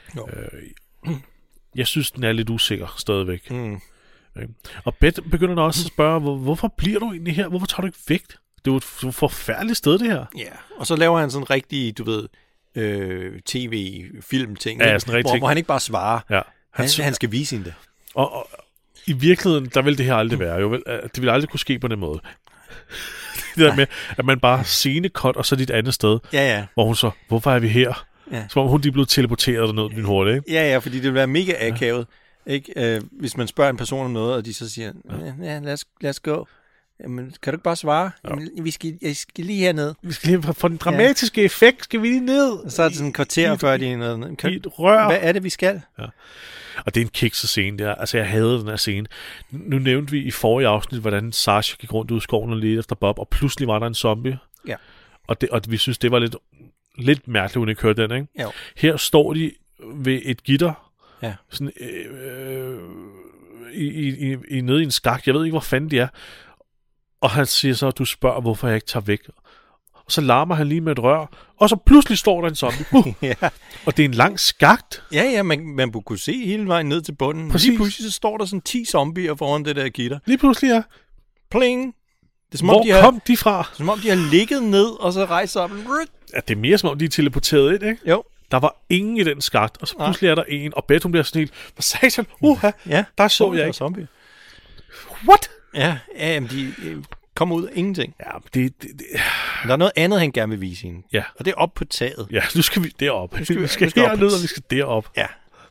Øh, jeg synes, den er lidt usikker stadigvæk. Mm. Ikke? Og Beth begynder også at spørge, hvor, hvorfor bliver du egentlig her? Hvorfor tager du ikke vægt? Det er jo et forfærdeligt sted, det her. Ja, og så laver han sådan en rigtig, du ved... Øh, tv-film-ting, ja, sådan hvor, hvor han ikke bare svarer. Ja. Han, han, han skal vise hende det. Og, og i virkeligheden, der vil det her aldrig være. Jo, vel, det vil aldrig kunne ske på den måde. Det der med, at man bare scene-cut, og så dit andet sted. Ja, ja. Hvor hun så, hvorfor er vi her? Ja. Som om hun lige er blevet teleporteret derned min hurtigt, ikke? Ja, ja, fordi det vil være mega akavet. Ja. Ikke? Øh, hvis man spørger en person om noget, og de så siger, ja, lad os, lad os gå. Jamen, kan du ikke bare svare? Ja. Jamen, vi skal, jeg skal lige herned. Vi skal lige for den dramatiske ja. effekt, skal vi lige ned. Og så er det sådan en kvarter, før de er nede. Kan, et rør. Hvad er det, vi skal? Ja. Og det er en kikset scene der. Altså, jeg havde den her scene. Nu nævnte vi i forrige afsnit, hvordan Sasha gik rundt ud i skoven og ledte efter Bob, og pludselig var der en zombie. Ja. Og, det, og vi synes, det var lidt, lidt mærkeligt, hun ikke hørte den, ikke? Jo. Her står de ved et gitter. Ja. Sådan, øh, øh, i, i, i, i, nede i en skak. Jeg ved ikke, hvor fanden de er. Og han siger så, at du spørger, hvorfor jeg ikke tager væk. Og så larmer han lige med et rør, og så pludselig står der en zombie. Uh! Ja. Og det er en lang skakt. Ja, ja, man, man kunne se hele vejen ned til bunden. Præcis. Lige pludselig så står der sådan ti zombier foran det der gitter. Lige pludselig, ja. Pling! Det er, som Hvor om, de har, kom de fra? Som om de har ligget ned, og så rejst op. Ja, det er mere som om, de er teleporteret ind, ikke? Jo. Der var ingen i den skakt, og så pludselig er der en, og Beth, hun bliver sådan helt, hvad sagde han? Uha, ja, der så jeg ikke. Zombie. What? Ja, ja, men de kommer ud af ingenting. Ja, det, det, det... Der er noget andet, han gerne vil vise hende. Ja. Og det er op på taget. Ja, nu skal vi derop. Nu skal vi, vi skal, skal herned, og vi skal derop. Ja.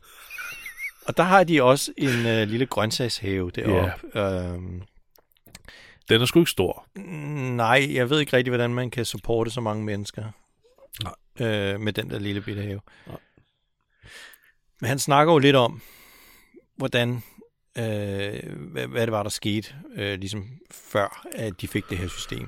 Og der har de også en øh, lille grøntsagshave deroppe. Ja. Øhm, Den er sgu ikke stor. Nej, jeg ved ikke rigtig, hvordan man kan supporte så mange mennesker. Nej. Øh, med den der lille bitte have. Nej. Men han snakker jo lidt om, hvordan, øh, hvad, hvad det var, der skete, øh, ligesom før, at de fik det her system.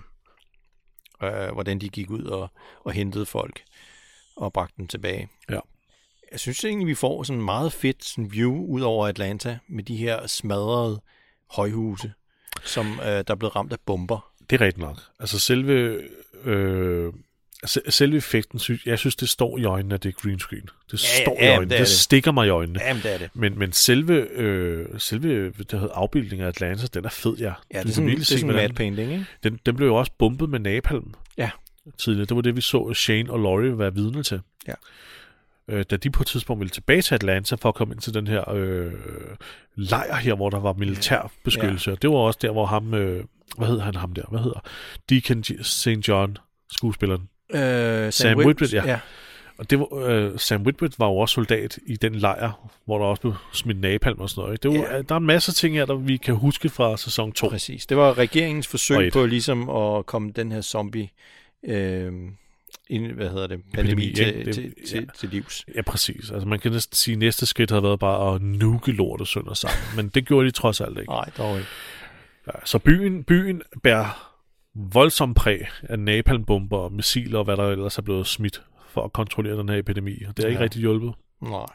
Øh, hvordan de gik ud og, og hentede folk og bragte dem tilbage. Ja. jeg synes egentlig, vi får sådan en meget fedt sådan view ud over Atlanta med de her smadrede højhuse, som øh, der er blevet ramt af bomber. Det er rigtigt nok. Altså selve, øh, selve effekten, synes, jeg synes, det står i øjnene, at det er green screen. Det Ja, står ja, i øjnene. det er Det, det. det stikker mig i øjnene. Jamen, det er det. Men, men selve, øh, selve det hedder, afbildningen af Atlanta, den er fed, ja. Ja, Du det er kan sådan, virkelig det se, er sådan hvordan- matte painting, ikke? Den, den blev jo også bumpet med napalm Ja. tidligere. Det var det, vi så Shane og Laurie være vidne til. Ja. Øh, da de på et tidspunkt ville tilbage til Atlanta for at komme ind til den her øh, lejr her, hvor der var militær beskyttelse. Ja. Det var også der, hvor ham, øh, hvad hedder han ham der? Hvad hedder Deacon Saint John, skuespilleren? Øh, Sam, Sam Whit- Witwer, ja. ja. Og det var, øh, Sam Witwer var jo også soldat i den lejr, hvor der også blev smidt napalm og sådan noget. Ikke? Det var, Ja. Der er en masse ting her, der vi kan huske fra sæson to. Præcis. Det var regeringens Og forsøg et. på ligesom at komme den her zombie, øh, ind, hvad hedder det, pandemi Epidemi, til, ikke? Det- til, til, ja. til livs. Ja, præcis. Altså man kan næsten sige, at næste skridt havde været bare at nuke lortet sønder sammen. Men det gjorde de trods alt ikke. Nej, dog ikke. Ja, så byen, byen bærer voldsom præg af napalmbomber og missiler og hvad der ellers er blevet smidt for at kontrollere den her epidemi. Og det har ikke Ja. rigtig hjulpet. Nej.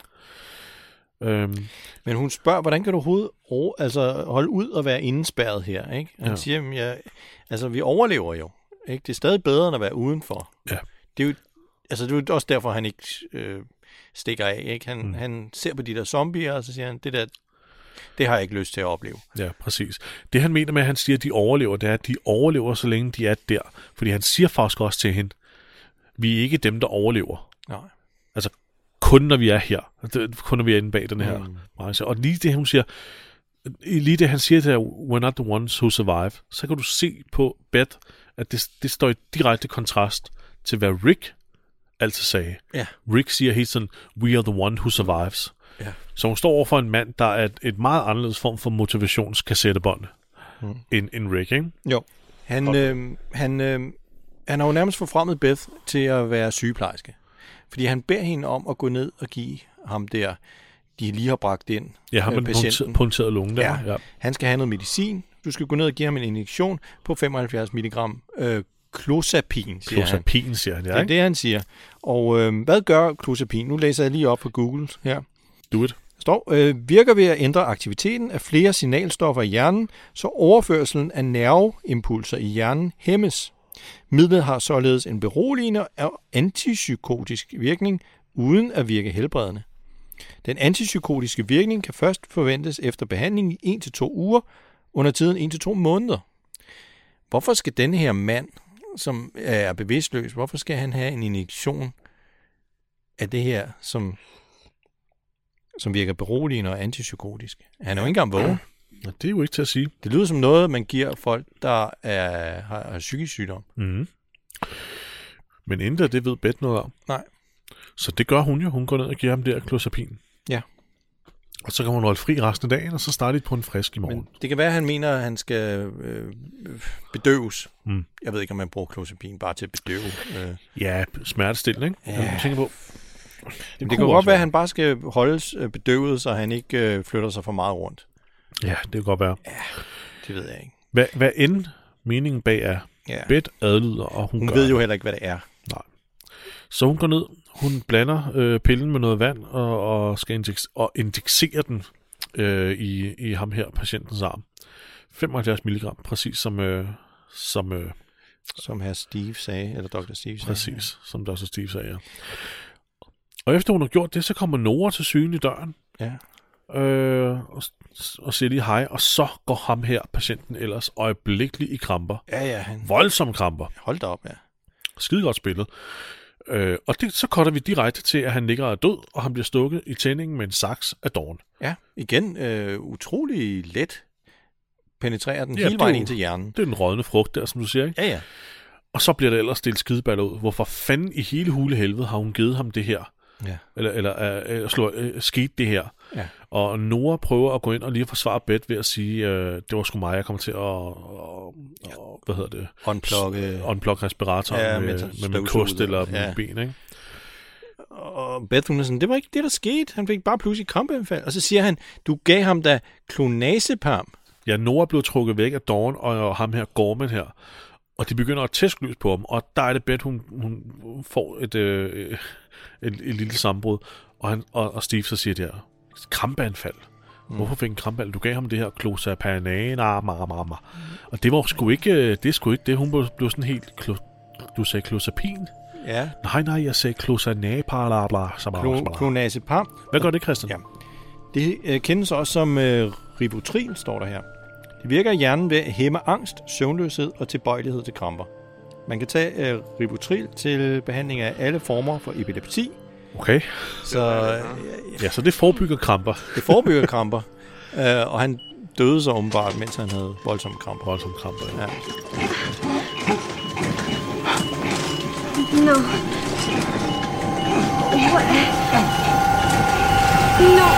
Øhm, Men hun spørger, hvordan kan du overhovedet over, altså, holde ud og være indespærret her? Ikke? Han Ja. ja. siger, jamen, ja, altså vi overlever jo. Ikke? Det er stadig bedre, end at være udenfor. Ja. Det er jo, altså, det er jo også derfor, han ikke øh, stikker af. Ikke? Han, Mm. mm. han ser på de der zombier, og så siger han, det der, det har jeg ikke lyst til at opleve. ja, præcis. Det han mener med, at han siger, at de overlever, det er, at de overlever, så længe de er der. Fordi han siger faktisk også til hende, vi er ikke dem, der overlever. Nej. Altså, kun når vi er her. Det- Kun når vi er inde bag den her Mm. branche. Og lige det, hun siger, lige det, han siger til, we're not the ones who survive, så kan du se på Beth, at det, det står i direkte kontrast til, hvad Rick altid sagde. Ja. Rick siger helt sådan, we are the one who survives. Ja. Så hun står over for en mand, der er et, et meget anderledes form for motivationskassettebånd Mm. end, end Rick, ikke? Jo. Han, øh, han, øh, han har jo nærmest forfremmet Beth til at være sygeplejerske. Fordi han beder hende om at gå ned og give ham der, de lige har bragt ind, Ja, ham øh, med den punkteret, punkteret lunge der. Ja. Ja. Han skal have noget medicin. Du skal gå ned og give ham en injektion på femoghalvfjerds milligram øh, clozapin, siger han. Clozapin, siger han, ja, Det er ikke? det, han siger. Og øh, hvad gør clozapin? Nu læser jeg lige op på Google her. Do it. Der står, øh, virker ved at ændre aktiviteten af flere signalstoffer i hjernen, så overførselen af nerveimpulser i hjernen hæmmes. Midlet har således en beroligende og antipsykotisk virkning, uden at virke helbredende. Den antipsykotiske virkning kan først forventes efter behandling i en til to uger, under tiden en til to måneder. Hvorfor skal denne her mand, som er bevidstløs, hvorfor skal han have en injektion af det her, som, som virker beroligende og antipsykotisk? Han er jo ikke engang vågen. Ja, det er jo ikke til at sige. Det lyder som noget, man giver folk, der er, har, har psykisk sygdom. Mm. Men inden da, det ved Beth noget om. Nej. Så det gør hun jo. Hun går ned og giver ham der clozapin. Ja. Og så kan hun holde fri resten af dagen, og så starter de på en frisk i morgen. Men det kan være, at han mener, at han skal øh, bedøves. Mm. Jeg ved ikke, om man bruger clozapin bare til at bedøve. Øh. Ja, smertestillende, ikke? Ja. Jeg tænker på, Det, det kan godt være, at han bare skal holdes øh, bedøvet, så han ikke øh, flytter sig for meget rundt. Ja, det kan godt være. Det ved jeg ikke. Hvad, hvad end meningen bag er, Ja. Beth adlyder, og hun, Hun gør ved det. jo heller ikke, hvad det er. Nej. Så hun går ned, hun blander øh, pillen med noget vand, og, og skal injek- og injicere den øh, i, i ham her, patientens arm. femoghalvfjerds milligram, præcis som, øh, som øh, Som herr Steve sagde, eller doktor Steve sagde. præcis, som doktor Steve sagde. Ja. Og efter hun har gjort det, så kommer Nora til syne i døren, Ja. øh, og, og siger lige hej, og så går ham her, patienten ellers, øjeblikkeligt i kramper. Ja, ja. Han... Voldsomme kramper. Hold da op, ja. Skide godt spillet. Øh, og det, så cutter vi direkte til, at han ligger og er død, og han bliver stukket i tændingen med en saks af Dawn. Ja, igen, øh, utrolig let penetrerer den Ja, ja, hele det er vejen jo- ind til hjernen. Det er den rådne frugt der, som du siger, ikke? Ja, ja. Og så bliver det ellers stillet skideballer ud. Hvorfor fanden i hele hulehelvede har hun givet ham det her? Ja. Eller, eller øh, slå, øh, skete det her? Ja. Og Nora prøver at gå ind og lige forsvare Beth ved at sige, øh, det var sgu mig, jeg kom til at, og, og, hvad hedder det? Unplugge. Unplug respiratoren Ja, ja, med med, så med, med, med støvsuget, kost eller med ja. ben, ikke? Og Beth, hun er sådan, det var ikke det, der skete. Han fik bare pludselig krampeanfald. Og så siger han, du gav ham da klonazepam. Ja, Nora blev trukket væk af Dawn og, og ham her, Gorman her. Og de begynder at tæske løs på ham. Og der er det Beth, hun, hun får et, øh, et, et lille sammenbrud. Og, han, og, og Steve så siger det her, krampeanfald. Mm. Hvorfor fik en krampeanfald? Du gav ham det her clozapane, mm. Og det var sgu ikke, det er sgu ikke det. Hun blev, blev sådan helt, klo, du sagde clozapin? Ja. Nej, nej, jeg sagde clozanapala, bla, bla, Clonazepam. Hvad gør det, Christian? Ja. Det øh, kendes også som øh, Rivotril, står der her. Det virker i hjernen ved at hæmme angst, søvnløshed og tilbøjelighed til kramper. Man kan tage øh, Rivotril til behandling af alle former for epilepsi. Okay. Så, øh, ja, så det forebygger kramper. Det forebygger kramper. øh, og han døde så åbenbart, mens han havde voldsomme kramper. Voldsomme kramper, ja. ja. No. No.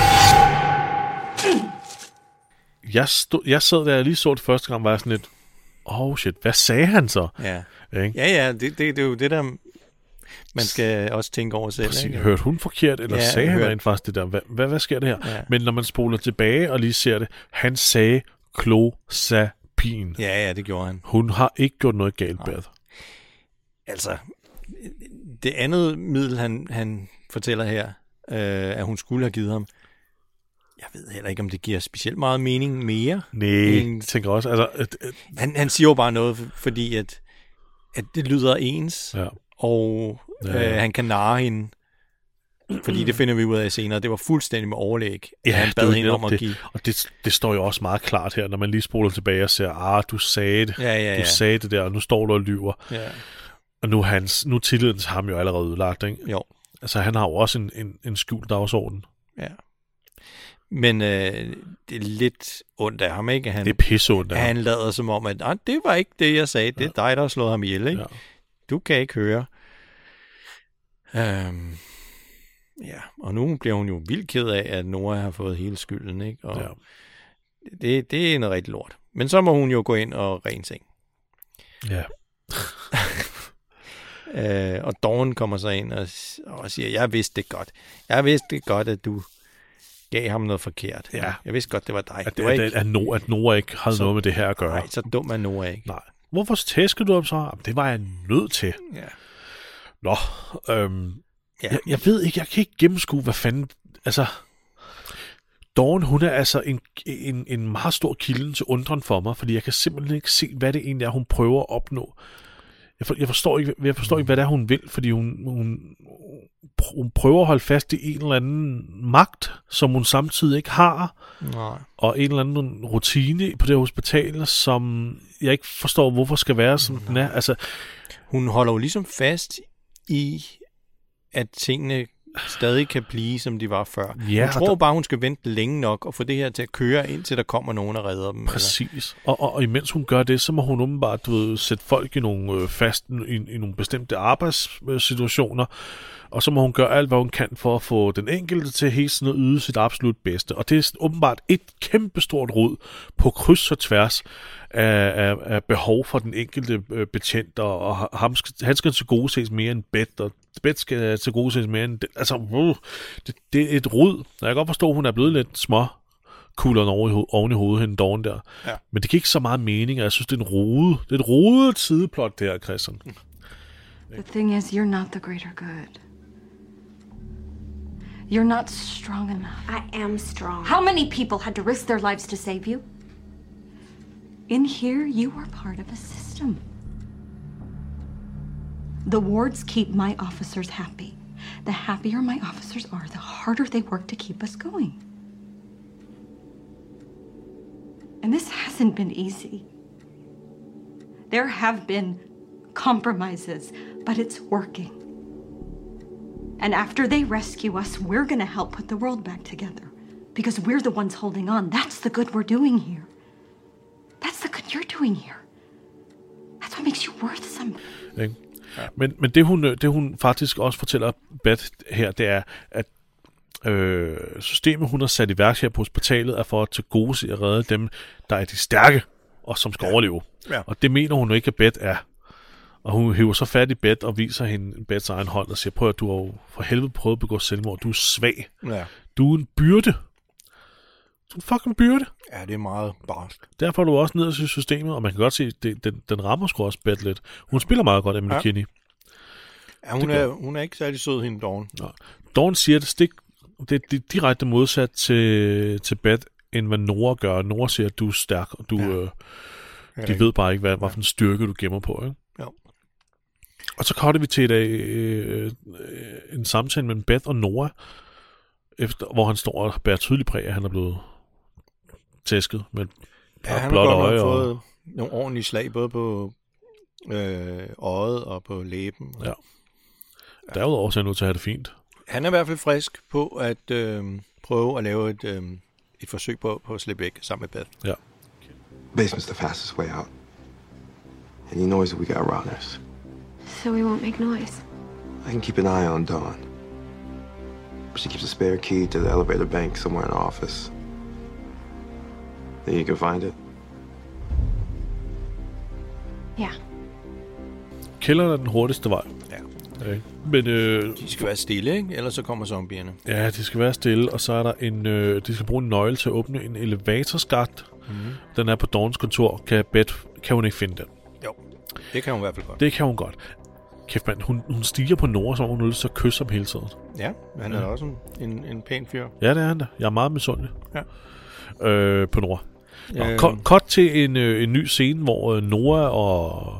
Jeg, stod, jeg sad der, jeg lige så det første gang, var jeg sådan lidt, oh shit, hvad sagde han så? Ja, ikke? ja, ja det, det, det er jo det der, man skal også tænke over selv. Præcis. Hørte hun forkert, eller ja, sagde han rent faktisk det der? Hvad, hvad, hvad sker det her? Ja. Men når man spoler tilbage og lige ser det, han sagde clozapin. Ja, ja, det gjorde han. Hun har ikke gjort noget galt, Beth. Altså, det andet middel, han, han fortæller her, øh, at hun skulle have givet ham, jeg ved heller ikke, om det giver specielt meget mening mere. Nej, end... jeg tænker også. Altså, et, et... Han, han siger jo bare noget, fordi at, at det lyder ens, ja. og ja, ja. Øh, han kan narre hende, fordi det finder vi ud af senere. Det var fuldstændig med overlæg, ja, han bad hende om at det. give. Og det, det står jo også meget klart her, når man lige spoler tilbage og siger, ah, du sagde det, ja, ja, ja. du sagde det der, og nu står du og lyver. Ja. Og nu, hans, nu tilliden til ham jo allerede udlagt, ikke? Jo. Altså, han har jo også en, en, en skjult dagsorden. Ja. Men øh, det er lidt ondt af ham, ikke? Han, det er pisse ondt af ham. Han lader som om, at det var ikke det, jeg sagde. Det er ja. dig, der har slået ham ihjel, ikke? Ja. Du kan ikke høre. Øhm, ja, og nu bliver hun jo vildt ked af, at Nora har fået hele skylden, ikke? Og ja. det, det er noget rigtig lort. Men så må hun jo gå ind og rene ting. Ja. øh, og Dawn kommer så ind og, og siger, jeg vidste det godt. Jeg vidste det godt, at du gav ham noget forkert. Ja. Jeg vidste godt, det var dig. At, det var at, ikke... at, Nora, at Nora ikke havde så, noget med det her at gøre. Nej, så dum er Nora ikke. Nej. Hvorfor tæsker du om så? Jamen, det var jeg nødt til. Ja. Nå, øhm, ja. jeg, jeg ved ikke, jeg kan ikke gennemskue, hvad fanden... Altså, Dawn, hun er altså en, en, en meget stor kilde til undren for mig, fordi jeg kan simpelthen ikke se, hvad det egentlig er, hun prøver at opnå. Jeg, for, jeg, forstår, ikke, jeg forstår ikke, hvad det er, hun vil, fordi hun, hun, hun prøver at holde fast i en eller anden magt, som hun samtidig ikke har, Nej. og en eller anden rutine på det hospital, som jeg ikke forstår, hvorfor skal være, som Nej. den er. Altså, hun holder jo ligesom fast i, at tingene stadig kan blive, som de var før. Ja, hun tror der... bare, hun skal vente længe nok og få det her til at køre, indtil der kommer nogen og redder dem. Præcis. Og, og, og imens hun gør det, så må hun åbenbart du ved, sætte folk i nogle, øh, fast, i, i nogle bestemte arbejdssituationer, og så må hun gøre alt, hvad hun kan for at få den enkelte til hele tiden at yde sit absolut bedste. Og det er åbenbart et kæmpestort rod på kryds og tværs af, af, af behov for den enkelte øh, betjent, og, og ham skal, han skal tilgodeses mere end Bet, og Bet skal tilgodeses mere end... Altså, uh, det, det er et rod. Jeg kan godt forstå, at hun er blevet lidt små kuglerne oven i, oven i hovedet, hende Dawn der. Ja. Men det giver ikke så meget mening, og jeg synes, det er en rode. Det er et rodet sideplot, det her, Christian. The thing is, you're not the greater good. You're not strong enough. I am strong. How many people had to risk their lives to save you? In here, you are part of a system. The wards keep my officers happy. The happier my officers are, the harder they work to keep us going. And this hasn't been easy. There have been compromises, but it's working. And after they rescue us, we're gonna help put the world back together. Because we're the ones holding on. That's the good we're doing here. That's the good you're doing here. That's what makes you worth something. Ja. Men, men det, hun, det, hun faktisk også fortæller Beth her, det er, at øh, systemet, hun har sat i værk her på hospitalet, er for at tilgodese og redde dem, der er de stærke, og som skal ja. overleve. Ja. Og det mener hun jo ikke, at Beth er. Og hun hiver så fat i Beth og viser hende Beths egen hånd og siger, prøv at du har jo for helvede prøvet at begå selvmord. Du er svag. Ja. Du er en byrde. Du er en fucking byrde. Ja, det er meget barsk. Derfor er du også ned i systemet, og man kan godt se, at det, den, den rammer sgu også Beth lidt. Hun spiller meget godt, Emily ja. Kinney. Ja, hun er, hun er ikke særlig sød, hende Dawn. Ja. Dawn siger det stik det er direkte modsat til, til Beth, end hvad Nora gør. Nora siger, at du er stærk, og du, ja. øh, de ved bare ikke, hvad, hvad for en styrke du gemmer på. Ikke? Ja. Og så kommer vi til i dag øh, en samtale mellem Beth og Nora, efter, hvor han står og bærer tydeligt præg, at han er blevet tæsket med ja, han blåt har øje. Og... Og... fået nogle ordentlige slag, både på øh, øjet og på læben. Ja. Derudover så er han nødt til at have det fint. Han er i hvert fald frisk på at øh, prøve at lave et, øh, et forsøg på, på at slippe væk sammen med Beth. Ja. Basement's the fastest way out. Any noise that we got around us. So we won't make noise. I can keep an eye on Dawn. She keeps a spare key to the elevator bank somewhere in the office. Then you can find it. Ja. Kælderen er den hurtigste vej. Ja. Okay. Men, øh, de skal være stille, ikke? Ellers så kommer zombierne. Ja, de skal være stille, og så er der en... Øh, de skal bruge en nøgle til at åbne en elevatorskakt. Mm-hmm. Den er på Dawns kontor. Kan Beth, kan hun ikke finde den? Jo, det kan hun i hvert fald godt. Det kan hun godt. Kæft mand, hun, hun stiger på Nora, som hun har lyst til at kysse ham hele tiden. Ja, han er ja. også en, en, en pæn fyr. Ja, det er han da. Jeg er meget misundelig. Ja. Øh, på Nora. Øh. Kort til en, øh, en ny scene, hvor øh, Nora og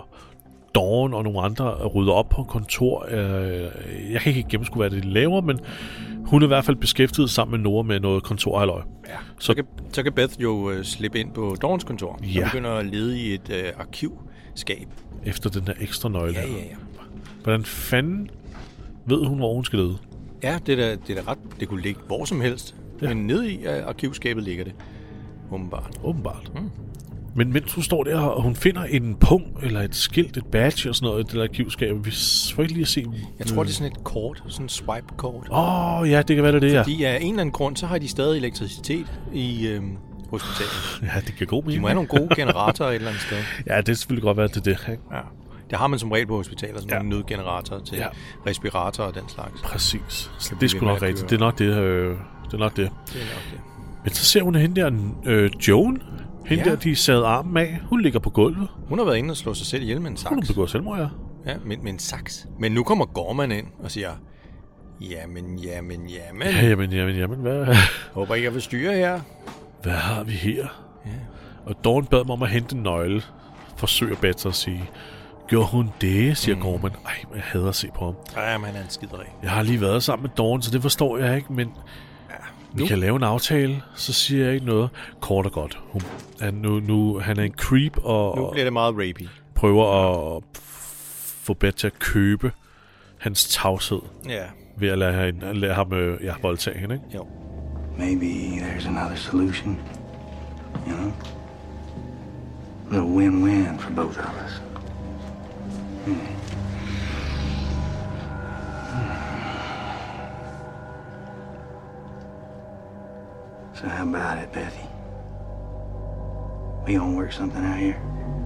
Dawn og nogle andre rydder op på kontor. Øh, jeg kan ikke gennemskue, hvad det laver, men hun er i hvert fald beskæftiget sammen med Nora med noget kontorhalløj. Ja. Så, så, kan, så kan Beth jo øh, slippe ind på Dawns kontor ja. og begynde at lede i et øh, arkivskab. Efter den der ekstra nøgle. Ja, ja, ja. Hvordan fanden ved hun, hvor hun skal lede? Ja, det er da, det er da ret. Det kunne ligge hvor som helst. Ja. Men nede i uh, arkivskabet ligger det. Åbenbart. Åbenbart. Mm. Men mens hun står der, og hun finder en punkt, eller et skilt, et badge og sådan noget i det der arkivskab, vi får ikke lige at se... Jeg tror, det er sådan et kort, sådan et swipe-kort. Åh, oh, ja, det kan være det, det er. Fordi af en eller anden grund, så har de stadig elektricitet i øh, hospitalet. Ja, det kan god mening. De må have nogle gode generatorer et eller andet sted. Ja, det er selvfølgelig godt være, det det, ikke? Ja. Det har man som regel på hospitaler, sådan ja. nogle nødgeneratorer til ja. respiratorer og den slags. Præcis. Så det er sgu nok rigtigt. Det er nok det. Øh, det er nok det. Det er nok det. Men så ser hun hende der, øh, Joan. Hende ja. der, de sad armen af. Hun ligger på gulvet. Hun har været inde og slå sig selv ihjel med en saks. Hun har begået selvmord, ja. Ja, med, med en saks. Men nu kommer Gorman ind og siger, jamen, jamen, jamen. Ja, jamen, jamen, jamen, hvad? Håber ikke, jeg vil styre her. Hvad har vi her? Ja. Og Dawn bad mig om at hente en nøgle. Forsøger Beth at sige. Gjorde hun det, siger mm. Gorman. Ej, jeg hader at se på ham. Ej, men han er en skiderig. Jeg har lige været sammen med Dawn, så det forstår jeg ikke, men... Ja. Vi kan lave en aftale, så siger jeg ikke noget. Kort og godt. Hun, han, nu, nu, han er en creep, og... Nu bliver det meget rapey. Prøver at få Beth til at købe hans tavshed. Ja. Ved at lade, hende, lade ham øh, ja, voldtage hende, ikke? Jo. Maybe there's another solution. You know? A little win-win for both of us. Hmm. So how about it, Bethy? We gonna work something out here?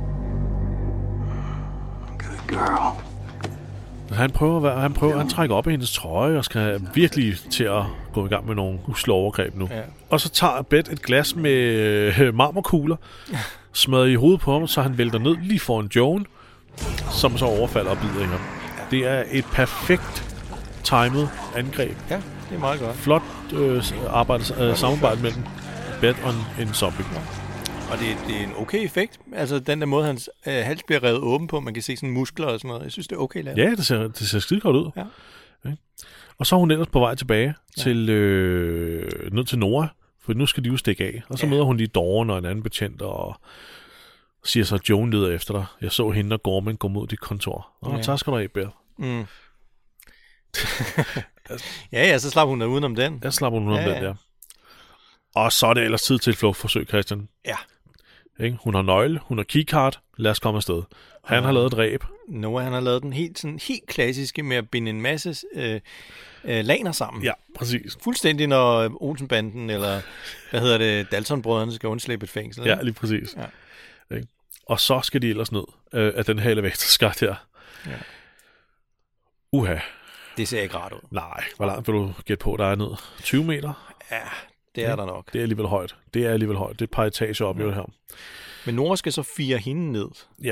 Good girl. Han prøver, at være, han prøver, han trækker op i hendes trøje og skal virkelig til at gå i gang med nogle usle overgreb nu. Ja. Og så tager Beth et glas med øh, marmorkugler, smadrer i hovedet på ham, så han vælter ned lige foran Joan, som så overfalder og bider i ham. Det er et perfekt timet angreb. Ja, det er meget godt. Flot øh, arbejde, øh, samarbejde mellem Beth og en, en zombie. Og det, det er en okay effekt. Altså den der måde, hans øh, hals bliver revet åben på, man kan se sådan muskler og sådan noget. Jeg synes, det er okay lavet. Ja, det ser, det ser skide godt ud. Ja. Okay. Og så er hun ellers på vej tilbage ja. til, øh, ned til Nora, for nu skal de jo stikke af. Og så ja. møder hun lige Dawn og en anden betjent, og siger så, at Joan leder efter dig. Jeg så hende og Gorman gå mod dit kontor. Og ja. tak skal du af, Beth. Mm. ja, ja, så slapper hun da udenom den. Jeg slapper hun udenom ja, den, ja. Og så er det ellers tid til et flugtforsøg, Christian. Ja. Ikke? Hun har nøgle, hun har keycard, lad os komme afsted. Han har lavet et ræb. Noah, han har lavet den helt, sådan, helt klassiske med at binde en masse øh, øh, laner sammen. Ja, præcis. Fuldstændig når Olsenbanden, eller hvad hedder det, Dalton-brødrene skal undslippe et fængsel. Ja, lige præcis. Ja. Ikke? Og så skal de ellers ned øh, af den her elevatorskakt her. Ja. Uha. Det ser ikke rart ud. Nej, hvor langt vil du gætte på, der er ned? tyve meter? Ja, det er ja, der nok. Det er alligevel højt. Det er alligevel højt. Det er et par etager op i ja. det her. Men Nora skal så fire hende ned. Ja.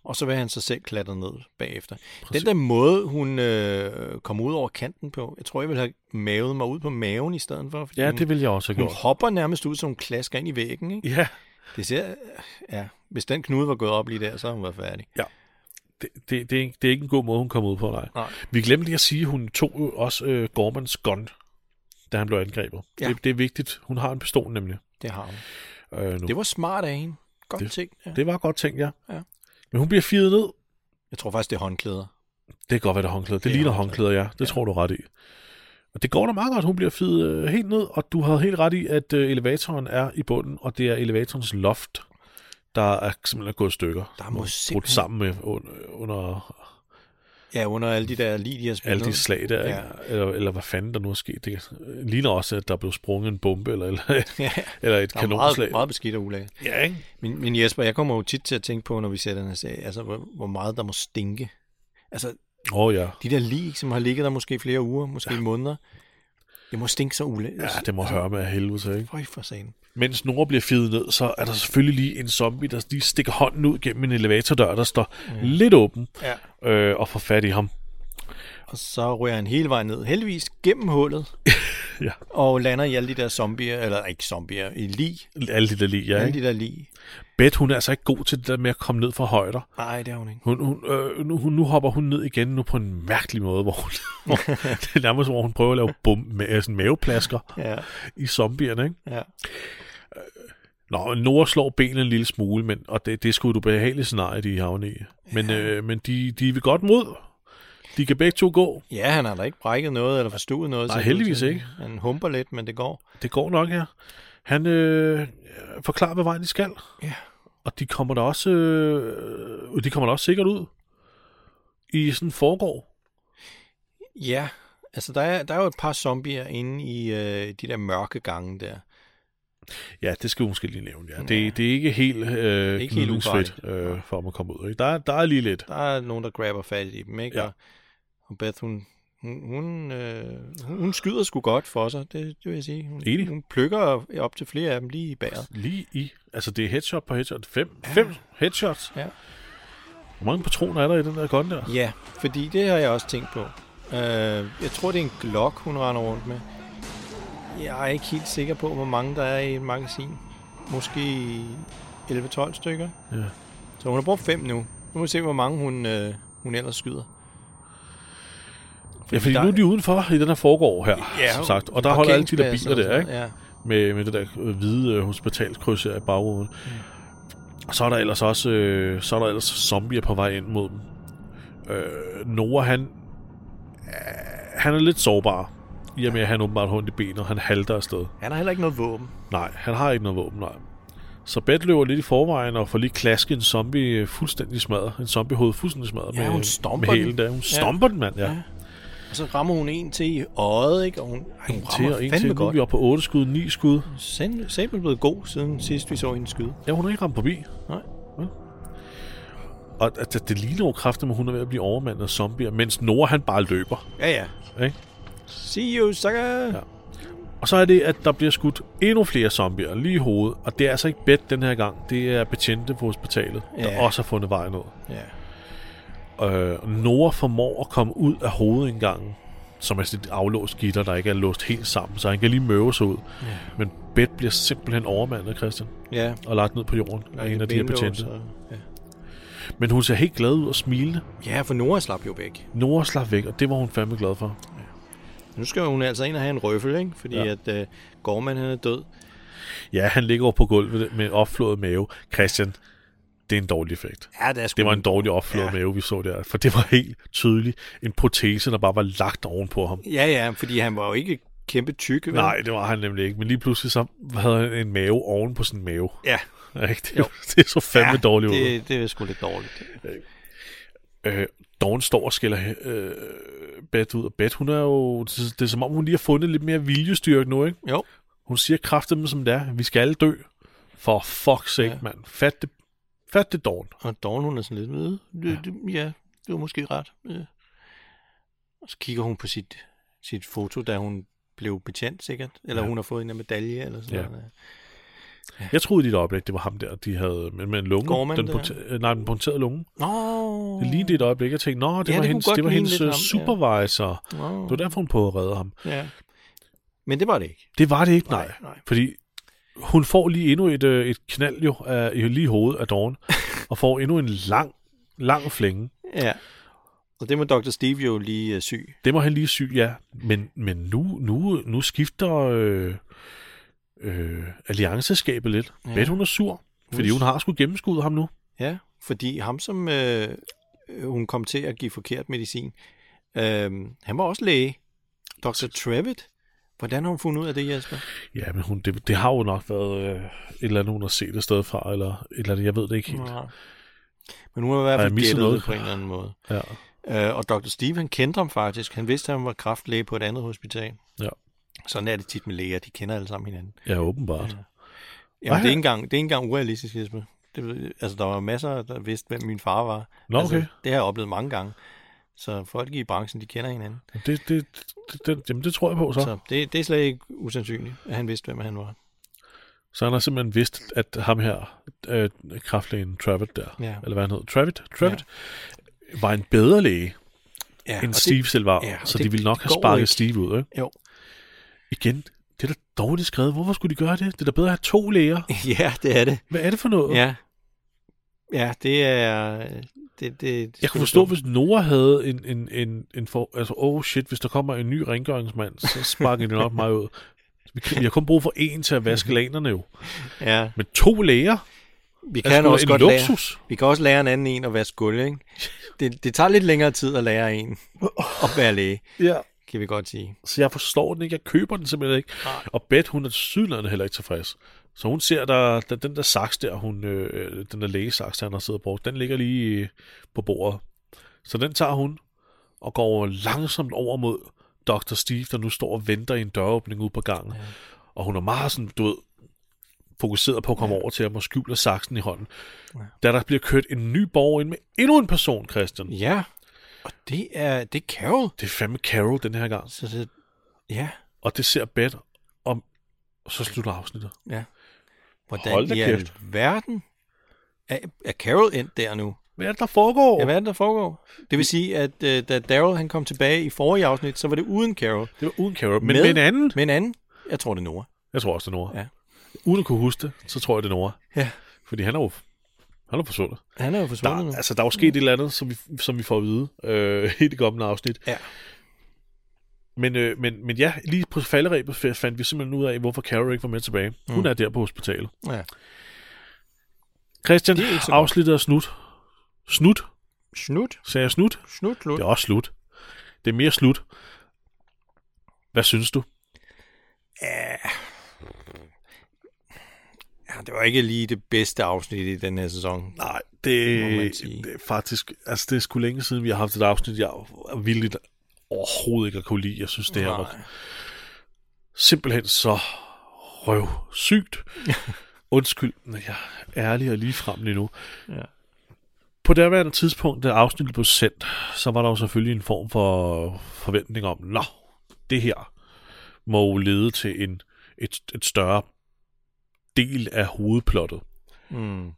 og så vil han sig selv klatre ned bagefter. Præcis. Den der måde, hun øh, kommer ud over kanten på, jeg tror, jeg vil have mavet mig ud på maven i stedet for. Ja, hun, det vil jeg også have gjort. Hun hopper nærmest ud, så hun klasker ind i væggen, ikke? Ja. Det ser, ja, hvis den knude var gået op lige der, så havde hun været færdig. Ja. Det, det, det, er, ikke, det er ikke en god måde, hun kom ud på, nej. nej. Vi glemte lige at sige, at hun tog jo også øh, Gormans gun, da han blev angrebet. Ja. Det, det er vigtigt. Hun har en pistol nemlig. Det har hun. Øh, nu. Det var smart af hende. Godt det, tænkt. Ja. Det var godt tænkt, ja. ja. Men hun bliver firet ned. Jeg tror faktisk, det er håndklæder. Det kan godt være, det er håndklæder. Det, det ligner håndklæder, ja. Det ja. tror du ret i. Og det går da meget godt. Hun bliver firet øh, helt ned, og du havde helt ret i, at øh, elevatoren er i bunden, og det er elevatorens loft, der er simpelthen gået stykker. Der må simpelthen... brudt sammen med under... under Ja, under alle de der lige, de har spillet. Alle de slag der, ja. eller, eller hvad fanden der nu er sket. Det ligner også, at der blev sprunget en bombe, eller, eller, ja. eller et kanonslag. Meget, meget beskidt og ulækkert. Ja, ikke? Men, men Jesper, jeg kommer jo tit til at tænke på, når vi ser den her serie, altså, hvor, hvor meget der må stinke. Altså, oh, ja. de der lig, som har ligget der måske flere uger, måske ja. måneder, det må stinke så ulækkert. Ja, det må altså, høre med af helvede til, ikke? Føj for sagen. Mens Nora bliver firet ned, så er der selvfølgelig lige en zombie, der lige stikker hånden ud gennem en elevatordør, der står ja. lidt åben, ja. øh, og får fat i ham. Og så ryger han hele vejen ned, heldigvis gennem hullet, ja. og lander i alle de der zombier, eller ikke zombier, i lig. Alle de der lig, ja. Alle de der lig. Beth, hun er altså ikke god til det der med at komme ned fra højder. Nej, det er hun ikke. Hun, hun, øh, nu, nu hopper hun ned igen nu på en mærkelig måde, hvor, hun, hvor det er nærmest, hvor hun prøver at lave bum, med, sådan maveplasker ja. i zombierne, ikke? Ja. Nå, Nora slår benene en lille smule, men, og det, det skulle du behageligt scenarie, de havne i. Men, ja. øh, men de, de vil godt mod. De kan begge to gå. Ja, han har da ikke brækket noget eller forstået noget. Nej, heldigvis ikke. Han humper lidt, men det går. Det går nok, ja. Han øh, forklarer, hvad vejen de skal. Ja. Og de kommer da også, øh, de kommer da også sikkert ud i sådan en forgård. Ja, altså der er, der er jo et par zombier inde i øh, de der mørke gange der. Ja, det skal vi måske lige nævne, ja. Det, det er ikke helt, øh, ikke helt ufrit, øh, for at man kommer ud. Ikke? Der, der er lige lidt. Der er nogen, der grabber fat i dem, ikke? Ja. Og Beth, hun, hun, hun, øh, hun skyder sgu godt for sig, det, det vil jeg sige. Hun, Enig. Hun plukker op til flere af dem lige i bæret. Lige i? Altså, det er headshot på headshot. Fem, ja. fem headshots? Ja. Hvor mange patroner er der i den der gun der? Ja, fordi det har jeg også tænkt på. Uh, jeg tror, det er en Glock, hun render rundt med. Jeg er ikke helt sikker på, hvor mange der er i et magasin. Måske elleve tolv stykker. Ja. Så hun har brugt fem nu. Nu må vi se, hvor mange hun, øh, hun ellers skyder. Fordi ja, fordi der... nu er de udenfor i den her forgård her, ja, som sagt. Og der holder alle de der biler der, ikke? Ja. Med, med det der hvide øh, hospitalskryds her i bagruden. Mm. Og så er der ellers også øh, så er der ellers zombier på vej ind mod dem. Øh, Noah, han, øh, han er lidt sårbar. I og med, at han åbenbart har ondt i benet, og han halter afsted. Han har heller ikke noget våben. Nej, han har ikke noget våben, nej. Så Beth løber lidt i forvejen og får lige klasket en zombie fuldstændig smadret. En zombiehoved fuldstændig smadret. Ja, med, hun stomper med den. Der. Hun ja. stomper den, mand, ja. ja. Og så rammer hun en til i øjet, ikke? Og hun, ej, hun rammer til, fandme godt. Nu er vi oppe på otte skud, ni skud. Selv er blevet god, siden sidst vi så hende skyde. Ja, hun har ikke ramt forbi. Nej. Ja. Og det, det ligner jo kraftigt, at hun er ved at blive overmandet af zombier, mens Nora, han bare løber. Ja, ja. Ikke? See you, sucker! Ja. Og så er det, at der bliver skudt endnu flere zombier lige i hovedet. Og det er altså ikke Beth den her gang. Det er betjente på hospitalet, ja. der også har fundet vejen ud. Ja. Øh, Nora formår at komme ud af hovedindgangen, som er et aflåst gitter, der ikke er låst helt sammen, så han kan lige møve sig ud. Ja. Men Beth bliver simpelthen overmandet, Christian. Ja. Og lagt ned på jorden af en af de her betjente. Ja. Men hun ser helt glad ud og smilende. Ja, for Nora slap jo væk. Nora slap væk, og det var hun fandme glad for. Ja. Nu skal hun altså ind og have en røffel, ikke? Fordi ja. at uh, Gorman, han er død. Ja, han ligger over på gulvet med opflået mave. Christian, det er en dårlig effekt. Ja, det er sgu... Det var en dårlig opflået ja. mave, vi så der. For det var helt tydeligt en protese, der bare var lagt oven på ham. Ja, ja, fordi han var jo ikke kæmpe tyk. Vel? Nej, det var han nemlig ikke. Men lige pludselig så havde han en mave oven på sin mave. Ja. Det, det er så fandme ja, dårligt ud. Det, det er sgu lidt dårligt. Øh, Dawn står og skiller øh, Beth ud. Og Beth, hun er jo... Det, det er som om, hun lige har fundet lidt mere viljestyrke nu, ikke? Jo. Hun siger kraftigt, som det er. Vi skal alle dø. For fuck's sake, ja. mand. Fat det, fat det Dawn. Og Dawn, hun er sådan lidt med. Det, det, ja, det var måske ret. Ja. Og så kigger hun på sit, sit foto, da hun blev betjent, sikkert. Eller ja. hun har fået en medalje, eller sådan ja. noget. Ja. Jeg troede i dit øjeblik, det var ham der, de havde med, med en lunge. Gorman, den, punter, nej, den punkterede lunge. Oh. Lige det et øjeblik, jeg tænkte, nå, det ja, var det hendes, det var hendes ham, supervisor. Ja. Oh. Det var derfor, hun prøvede at redde ham. Ja. Men det var det ikke. Det var det ikke, nej. nej, nej. Fordi hun får lige endnu et, et knald jo af, lige i hovedet af Dawn, og får endnu en lang, lang flænge. Ja. Og det må doktor Steve jo lige uh, syg. Det må han lige syg, ja. Men, men nu, nu, nu skifter øh, øh, allianceskabet lidt. Ja. Beth, hun er sur, fordi hun har sgu gennemskuddet ham nu. Ja, fordi ham, som øh, hun kom til at give forkert medicin, øh, han var også læge. doktor Trevitt. Hvordan har hun fundet ud af det, Jesper? Ja, men hun, det, det har jo nok været øh, et eller andet, hun har set et sted fra, eller et eller andet, jeg ved det ikke helt. Ja. Men hun har i hvert fald gættet det på en eller anden måde. Ja. Øh, og doktor Steve, han kendte ham faktisk. Han vidste, at han var kræftlæge på et andet hospital. Ja. Sådan er det tit med læger. De kender alle sammen hinanden. Ja, åbenbart. Ja. Jamen, det er ikke engang, det er ikke engang urealistisk, Jesper. Det, altså, der var masser, der vidste, hvem min far var. Nå, okay. Altså, det har jeg oplevet mange gange. Så folk i branchen, de kender hinanden. Det, det, det, det, jamen, det tror jeg på, så. Så det, det er slet ikke usandsynligt, at han vidste, hvem han var. Så han har simpelthen vidst, at ham her, øh, kræftlægen Trevitt der, ja. Eller hvad han hed, Trevitt, Trevitt ja. var en bedre læge, ja, end Steve det, selv var. Ja, så det, de ville nok have sparket Steve ud, ikke? Jo. Igen, det er da dårligt skrevet. Hvorfor skulle de gøre det? Det er da bedre at have to læger. Ja, det er det. Hvad er det for noget? Ja, ja det er... Det, det, det jeg kunne forstå, hvis Nora havde en, en, en, en for, altså, oh shit, hvis der kommer en ny rengøringsmand, så sparker den op mig ud. Vi har kun brug for en til at vaske lanerne jo. Ja. Men to læger? Vi kan også godt luksus. Lære. Vi kan også lære en anden en at vaske gulv, ikke? Det, det tager lidt længere tid at lære en at være læge. Ja. Kan vi godt sige. Så jeg forstår den ikke. Jeg køber den simpelthen ikke. Nej. Og Beth, hun er sydlandet heller ikke tilfreds. Så hun ser, der, der den der saks der, hun, øh, den der lægesaks, han har siddet og brugt, den ligger lige på bordet. Så den tager hun og går langsomt over mod doktor Steve, der nu står og venter i en døråbning ude på gangen. Ja. Og hun er meget sådan, du ved, fokuseret på at komme ja. over til ham og skjule saksen i hånden. Ja. Da der bliver kørt en ny borger ind med endnu en person, Christian. Ja, og det er, det er Carol. Det er fandme Carol den her gang. Så det, ja. Og det ser Beth om, og så slutter afsnittet. Ja. Hvordan i alverden er, er Carol endt der nu? Hvad er det, der foregår? Ja, hvad er det, der foregår? Det vil sige, at uh, da Daryl han kom tilbage i forrige afsnit, så var det uden Carol. Det var uden Carol, men med, med en anden. Med en anden. Jeg tror, det er Nora. Jeg tror også, det er Nora. Ja. Uden at kunne huske det, så tror jeg, det er Nora. Ja. Fordi han er jo han er forsvundet. Han er jo forsvundet der, nu. Altså, der er jo sket et eller andet, som vi, som vi får at vide øh, i det kommende afsnit. Ja. Men, øh, men, men ja, lige på falderæbet fandt vi simpelthen ud af, hvorfor Carol ikke var med tilbage. Hun mm. er der på hospitalet. Ja. Christian, afsluttet af snut. Snut? Snut? Sagde jeg snut? Snut, slut. Det er også slut. Det er mere slut. Hvad synes du? Ja, ja det var ikke lige det bedste afsnit i den her sæson. Nej, det, det er faktisk... Altså, det er sgu længe siden, vi har haft et afsnit, jeg er vildt overhovedet ikke at kunne lide. Jeg synes, det her Nej. var simpelthen så røvsygt. Undskyld, når jeg er ærlig og lige frem lige nu. Ja. På derværende tidspunkt, da afsnittet blev sendt, så var der jo selvfølgelig en form for forventning om, nå, det her må lede til en, et, et større del af hovedplottet. Mm.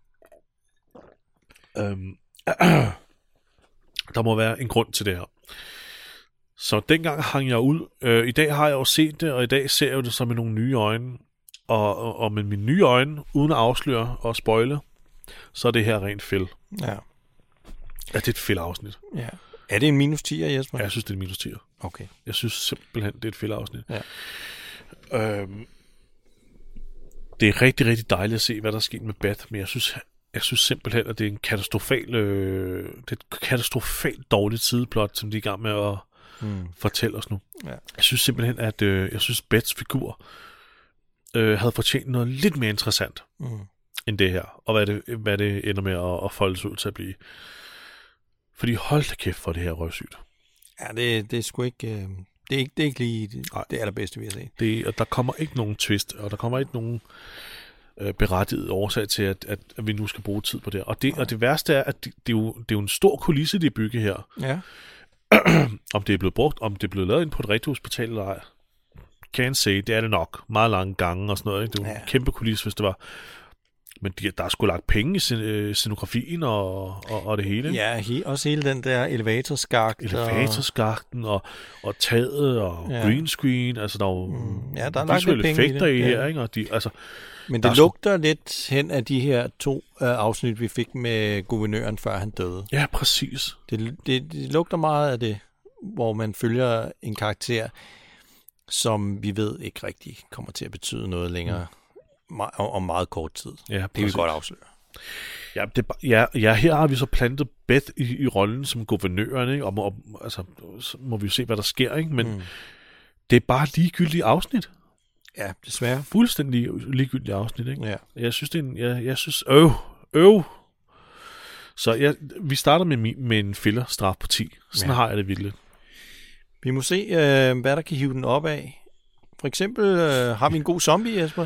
Øhm, der må være en grund til det her. Så dengang hang jeg ud. Øh, I dag har jeg jo set det, og i dag ser jeg det som med nogle nye øjne. Og, og, og med mine nye øjne, uden at afsløre og spoile, så er det her rent fæld. Ja. Ja, det er et fæld-afsnit. Ja. Er det en minus tier, Jesper? Ja, jeg synes, det er en minus tier. Okay. Jeg synes simpelthen, det er et fæld-afsnit. Ja. Øhm, det er rigtig, rigtig dejligt at se, hvad der er sket med Beth, men jeg synes, jeg synes simpelthen, at det er en katastrofal, øh, det er et katastrofalt dårligt sideplot, som de er i gang med at hmm. fortælle os nu. Ja. Jeg synes simpelthen, at øh, jeg synes, Beths figur øh, havde fortjent noget lidt mere interessant mm. end det her, og hvad det, hvad det ender med at, at foldes ud til at blive. Fordi hold da kæft for det her røvsygt. Ja, det, det er sgu ikke... Øh, det, er ikke det er ikke lige det, det allerbedste, vi har set. Det, og der kommer ikke nogen twist, og der kommer ikke nogen øh, berettiget årsag til, at, at, at vi nu skal bruge tid på det. Og det, og det værste er, at det, det, er jo, det er jo en stor kulisse, de bygger her. Ja. Om det er blevet brugt, om det er blevet lavet ind på et rigtigt hospital eller ej, Can't say, det er det nok. Meget lange gange og sådan noget. Ikke? Det var Ja. en kæmpe kulisse, hvis det var. Men de, der er sgu lagt penge i scen- øh, scenografien og, og, og det hele. Ikke? Ja, he, også hele den der elevatorskagt. Elevatorskakten og, og taget og Ja. ja. green screen. Altså, der er jo Mm, ja, der er lagt visuelle lidt penge i effekter det. i, Ja. her. Ikke? Og de, altså, Men der det er lugter lidt hen af de her to øh, afsnit, vi fik med guvernøren, før han døde. ja, præcis. Det, det, det lugter meget af det, hvor man følger en karakter, som vi ved ikke rigtig kommer til at betyde noget længere mm. me- om meget kort tid. Ja, Det kan vi godt afsløre. Ja, det, er bare- ja, ja, her har vi så plantet Beth i, i rollen som guvernøren, ikke? Og, må, og altså, så må vi jo se, hvad der sker, ikke? Men mm. det er bare ligegyldige afsnit. Ja, desværre. Fuldstændig ligegyldige afsnit, ikke? Ja. Jeg synes, det er en, jeg, jeg synes, øv, øv. Så jeg, vi starter med, mi- med en fillerstraf på ti. Sådan Ja. har jeg det virkelig. Vi må se, øh, hvad der kan hive den op af. For eksempel, øh, har vi en god zombie, Jesper?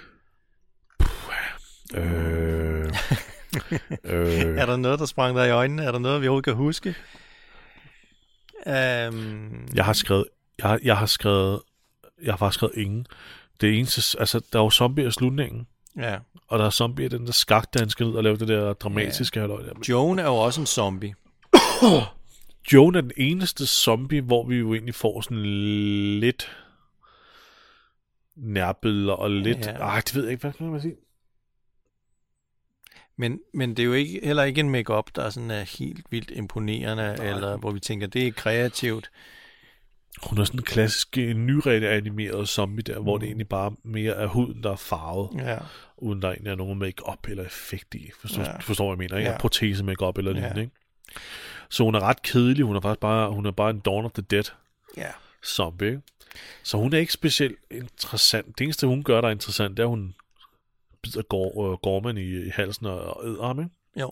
Øh, øh, Er der noget, der sprang dig i øjnene? Er der noget, vi overhovedet kan huske? Um, jeg har skrevet, jeg har, jeg har skrevet, jeg har faktisk skrevet ingen. Det eneste, altså, der er jo zombier i slutningen. ja. Og der er zombier i den der skak, der han skal ud og lave det der dramatiske halløj der. Joan er jo også en zombie. Joan er den eneste zombie, hvor vi jo egentlig får sådan lidt nærbilleder og lidt... Ja. Ej, det ved jeg ikke, hvad kan man sige? Men, men det er jo ikke, heller ikke en make-up, der er sådan er helt vildt imponerende, Nej. eller hvor vi tænker, det er kreativt. Hun er sådan en klassisk nyredigt animeret zombie der, mm. hvor det egentlig bare mere er huden, der er farvet, Ja. uden der egentlig er nogen make-up eller effekt i. Forstår, Ja. forstår hvad jeg mener, ikke? Ja. Protese make-up eller Ja. lignende, ikke? Så hun er ret kedelig, hun er faktisk bare, hun er bare en Dawn of the Dead Ja. zombie, ikke? Så hun er ikke specielt interessant. Det eneste, hun gør, der er interessant, det er, at hun bider Gor- uh, Gorman i, i halsen og, og æder ham, ikke? Jo.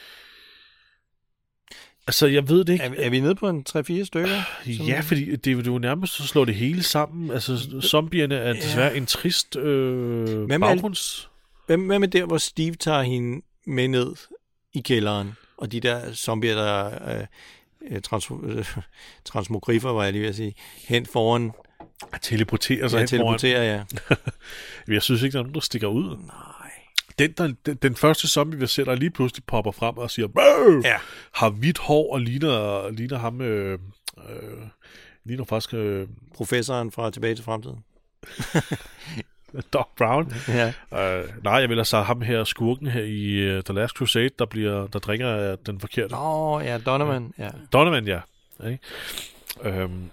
Altså, jeg ved det ikke. Er, er vi nede på en tre fire stykker? Ja, fordi det er jo- det er jo nærmest at slå det hele sammen. Altså, zombierne er desværre en trist øh, Hvem er- baggrunds... Hvem, hvem er der, hvor Steve tager hende med ned i kælderen, og de der zombier, der øh, trans, øh, transmogrifer, var jeg lige ved at sige, hen foran... Teleporterer sig Ja, hen foran. teleporterer, ja. Jeg synes ikke, der er nogen, der stikker ud. Nej. Den, der, den, den første zombie, vi ser, der lige pludselig popper frem og siger, Bøh! Ja. Har hvidt hår og ligner, ligner ham... Øh, øh, ligner faktisk øh, Professoren fra Tilbage til Fremtiden. Doc Brown. Ja. Øh, nej, jeg vil have sagt ham her, skurken her i uh, The Last Crusade, der, bliver, der drikker af den forkerte. Åh, oh, ja, Donovan. Ja. Donovan, ja. Ikke? Øhm,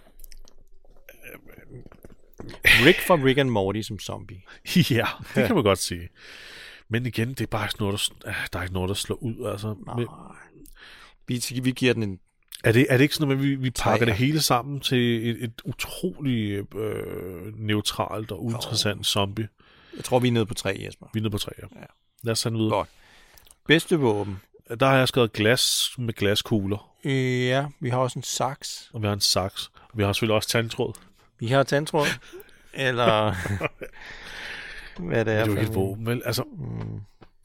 Rick fra Rick and Morty som zombie. ja, det kan man godt sige. Men igen, det er bare ikke noget, der, ah, der er ikke noget, der slår ud. Altså. Men, Vi, vi giver den en... er, det, er det ikke sådan, at vi, vi pakker Treer. det hele sammen til et, et utroligt øh, neutralt og uinteressant oh. zombie? Jeg tror, vi er nede på tre, Jesper. Vi er nede på tre, ja. Ja. Lad os sende videre. Godt. Bedste våben. Der har jeg skrevet glas med glaskugler, Øh, ja, vi har også en saks. og vi har en saks. Vi har selvfølgelig også tandtråd. Vi har tandtråd. Eller... hvad det Det er er jo for ikke et en- våben, vel? Altså, Mm,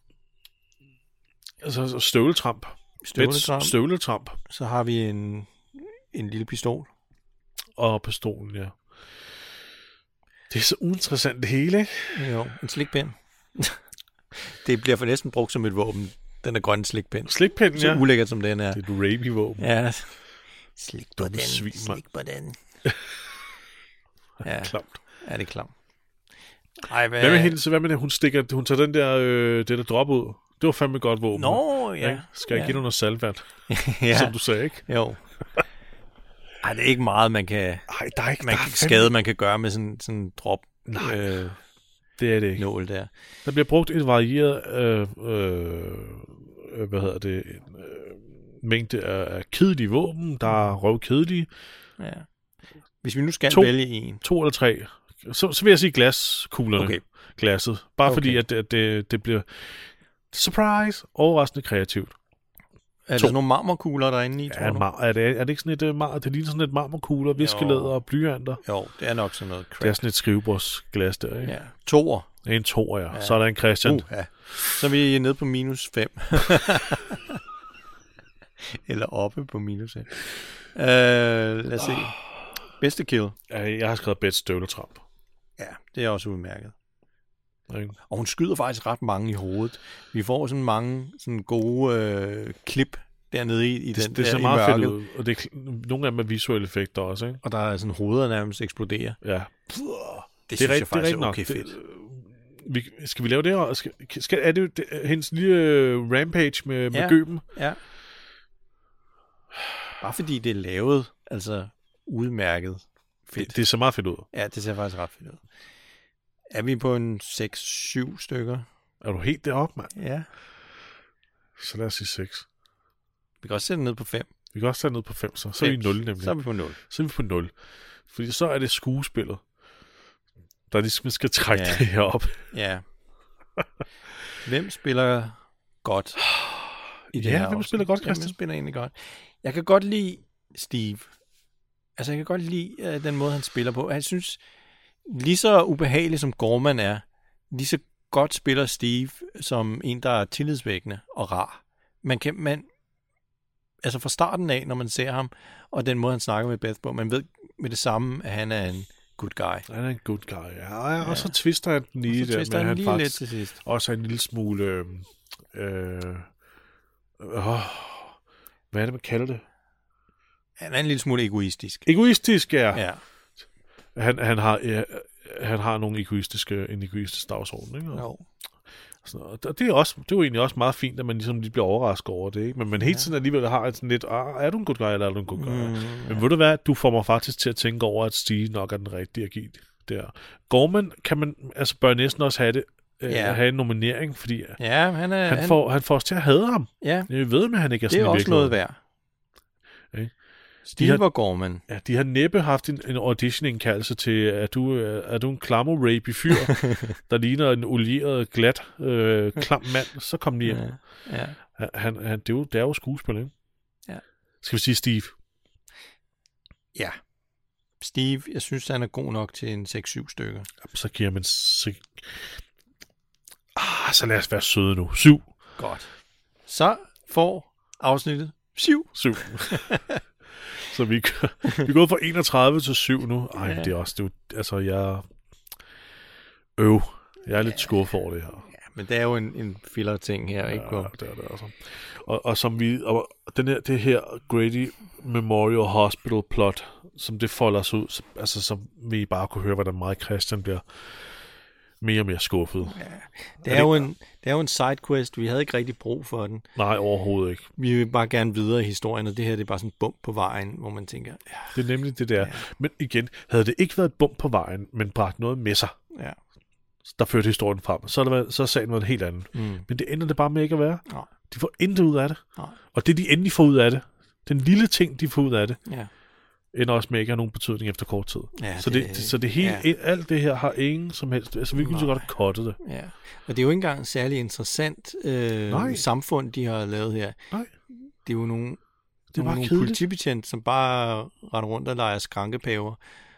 altså støvletramp. Støvletramp. Støvletramp. Så har vi en, en lille pistol. Og pistolen, ja. Det er så uinteressant det hele, ikke? Jo, en slikpind. Det bliver for næsten brugt som et våben. Den er grønne slikpind. Slikpinden, Så ja. ulækkert som den er. Det er et rapey-våben. Ja. Slik på Dumme den. svin, mand. Slik på den. Ja, Klamt. er det klamt. Ej, hvad... Hvad med hende, så hvad med det? Hun stikker, hun tager den der, øh, det der drop ud. Det var fandme et godt våben. Nå, ja. Ikke? Skal jeg ja. give dig noget saltvand? Ja. Som du sagde, ikke? Jo. Ej, det er ikke meget, man kan... Ej, der er ikke Man der er kan, fandme- skade, man kan gøre med sådan sådan en drop Nej. øh, Det er det ikke. nål der. Der bliver brugt et varieret, øh, øh, øh, hvad hedder det, en øh, mængde af, af kedelige våben, der er røvkedelige. Ja. Hvis vi nu skal To. vælge en. To eller tre. Så, så vil jeg sige glaskuglerne. Okay. Glasset. Bare Okay. fordi, at det, det, det bliver surprise, overraskende kreativt. Er det To. sådan nogle marmorkugler derinde i, tror Ja, du? mar- er, det, er det ikke sådan et, uh, mar- det ligner sådan et marmorkugler, viskelæder og blyanter? Jo, det er nok sådan noget crap. Det er sådan et skrivebordsglas der, ikke? Ja. Toer. Det er en toer, ja. Ja. Så er der en Christian. Uh, ja. Så er vi nede på minus fem. Eller oppe på minus fem. Uh, lad os se. Bedste kill. Ja, jeg har skrevet bedt støvletramp. Ja, det er også udmærket. Ikke? Og hun skyder faktisk ret mange i hovedet. Vi får sådan mange sådan gode øh, klip dernede i, i det, den det der ser i meget fedt mørket. ud, og det er nogle af dem er visuelle effekter også, ikke? Og der er sådan hoveder nærmest eksploderer. Ja. Det, det synes er jeg faktisk det er er okay nok. fedt. Det, vi, skal vi lave det her? Skal, skal, er det, det hendes lille rampage med, med ja, gøben? Ja. Bare fordi det er lavet, altså udmærket fedt. Det, det ser meget fedt ud. Ja, det ser faktisk ret fedt ud. Er vi på en seks syv stykker? Er du helt deroppe, mand? Ja. Så lad os sige seks. Vi kan også sætte ned på fem. Vi kan også sætte ned på fem, så. Så er vi nul nemlig. Så er vi på nul. Så er vi på nul. Fordi så er det skuespillet, der ligesom skal trække ja. det her op. Ja. Hvem spiller godt i det ja, her hvem afsnit? spiller godt, Christian? Hvem spiller egentlig godt? Jeg kan godt lide Steve. Altså, jeg kan godt lide uh, den måde, han spiller på. Jeg synes, lige så ubehagelig som Gorman er, lige så godt spiller Steve som en, der er tillidsvækkende og rar. Man kan, man, altså fra starten af, når man ser ham, og den måde, han snakker med Beth på, man ved med det samme, at han er en good guy. Han er en good guy, ja. Og, ja. og så twister han den lige der, men han lige faktisk lidt til sidst. Også er en lille smule... Øh, øh, øh, hvad er det, man kalder det? Han er en lille smule egoistisk. Egoistisk, ja. Ja. Han, han, har, ja, han har nogle egoistiske, en egoistisk dagsorden, ikke? Jo. Og det er, også, det er jo egentlig også meget fint, at man ligesom lige bliver overrasket over det, ikke? Men man hele tiden alligevel har sådan lidt, ah, er du en good guy, eller er du en good guy? Mm, Men ja. Ved du hvad, du får mig faktisk til at tænke over, at Steve nok er den rigtige at give der. Gorman kan man, altså bør næsten også have det, øh, ja. have en nominering, fordi ja, han, er, han, han... Får, han får os til at hade ham. Ja. Jeg ved, at han ikke er sådan. Det er også noget værd. Okay. Steve og Gorman. Ja, de har næppe haft en, en audition-indkaldelse til, at du er du en klammer-rapey fyr, der ligner en olieret, glat, øh, klam mand, så kom de hjem. Ja. Ja. Han, han, det, er jo, det er jo skuespil, ikke? Ja. Skal vi sige Steve? Ja. Steve, jeg synes, han er god nok til en seks syv stykker. Så giver man... Så... Ah, så lad os være søde nu. syv. Godt. Så får afsnittet syv. syv. Så vi, vi er gået fra enogtredive til syv nu. Ej, ja. Det er også... Det er, altså, jeg... Øv. Jeg er lidt ja. skuffet over det her. Ja, men det er jo en, en filler-ting her, ikke? Ja, det er det altså. Og, og som vi... Og den her, det her Grady Memorial Hospital plot, som det folder sig ud, så, altså, så vi bare kunne høre, hvordan meget Christian bliver mere og mere skuffet. Ja. Det, er er jo en, det er jo en sidequest. Vi havde ikke rigtig brug for den. Nej, overhovedet ikke. Vi vil bare gerne videre i historien, og det her det er bare sådan en bump på vejen, hvor man tænker... Ja. Det er nemlig det der. Ja. Men igen, havde det ikke været et bump på vejen, men bragt noget med sig, ja. der førte historien frem, så er, været, så er sagen noget helt andet. Mm. Men det ender det bare med ikke at være. Nej. De får intet ud af det. Nej. Og det, de endelig får ud af det, den lille ting, de får ud af det, ja. ender også med ikke at have nogen betydning efter kort tid. Ja, så det, det, så det hele, ja. alt det her har ingen som helst... Altså, vi kunne så godt have cuttet det. Ja. Og det er jo ikke engang særlig interessant øh, samfund, de har lavet her. Nej. Det er jo nogle, det er nogle, nogle politibetjent, som bare render rundt og leger skrankepaver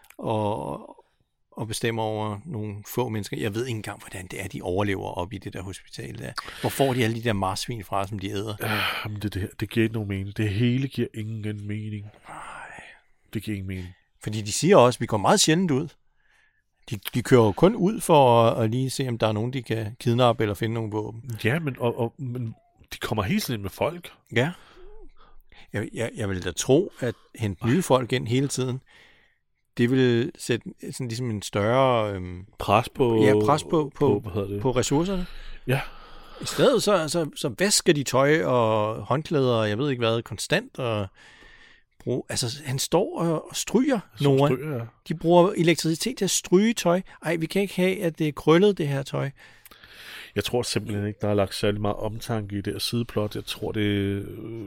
og, og bestemmer over nogle få mennesker. Jeg ved ikke engang, hvordan det er, de overlever op i det der hospital der. Hvor får de alle de der marsvin fra, som de æder? Jamen, det, det, det giver ikke nogen mening. Det hele giver ingen mening. Nej. Det giver ingen mening. Fordi de siger også, at vi går meget sjældent ud. De, de kører jo kun ud for at, at lige se, om der er nogen, de kan kidnappe eller finde nogle våben. Ja, men, og, og, men de kommer helt sådan ind med folk. Ja. Jeg, jeg, jeg vil da tro, at hente nye folk ind hele tiden, det vil sætte sådan ligesom en større... Øhm, pres på... Ja, pres på, på, på, på ressourcerne. Ja. I stedet så, så, så vasker de tøj og håndklæder, og jeg ved ikke hvad, konstant, og... Brug, altså, han står og, og stryger nogen. Stryger, ja. De bruger elektricitet til at stryge tøj. Ej, vi kan ikke have, at det er krøllet, det her tøj. Jeg tror simpelthen ikke, der er lagt særlig meget omtanke i det her sideplot. Jeg tror, det, øh,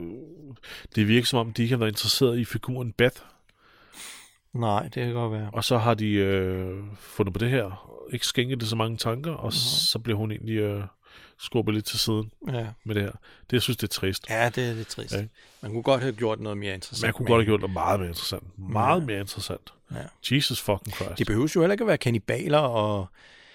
det virker som om, de ikke har været interesseret i figuren Beth. Nej, det kan godt være. Og så har de øh, fundet på det her. Ikke skænket det så mange tanker, og uh-huh. så bliver hun egentlig... Øh, skubbet lidt til siden ja. med det her. Det, jeg synes, det er trist. Ja, det er lidt trist. Ja. Man kunne godt have gjort noget mere interessant. Man kunne godt have gjort noget meget mere interessant. Meget ja. mere interessant. Ja. Jesus fucking Christ. Det behøver jo heller ikke at være kannibaler og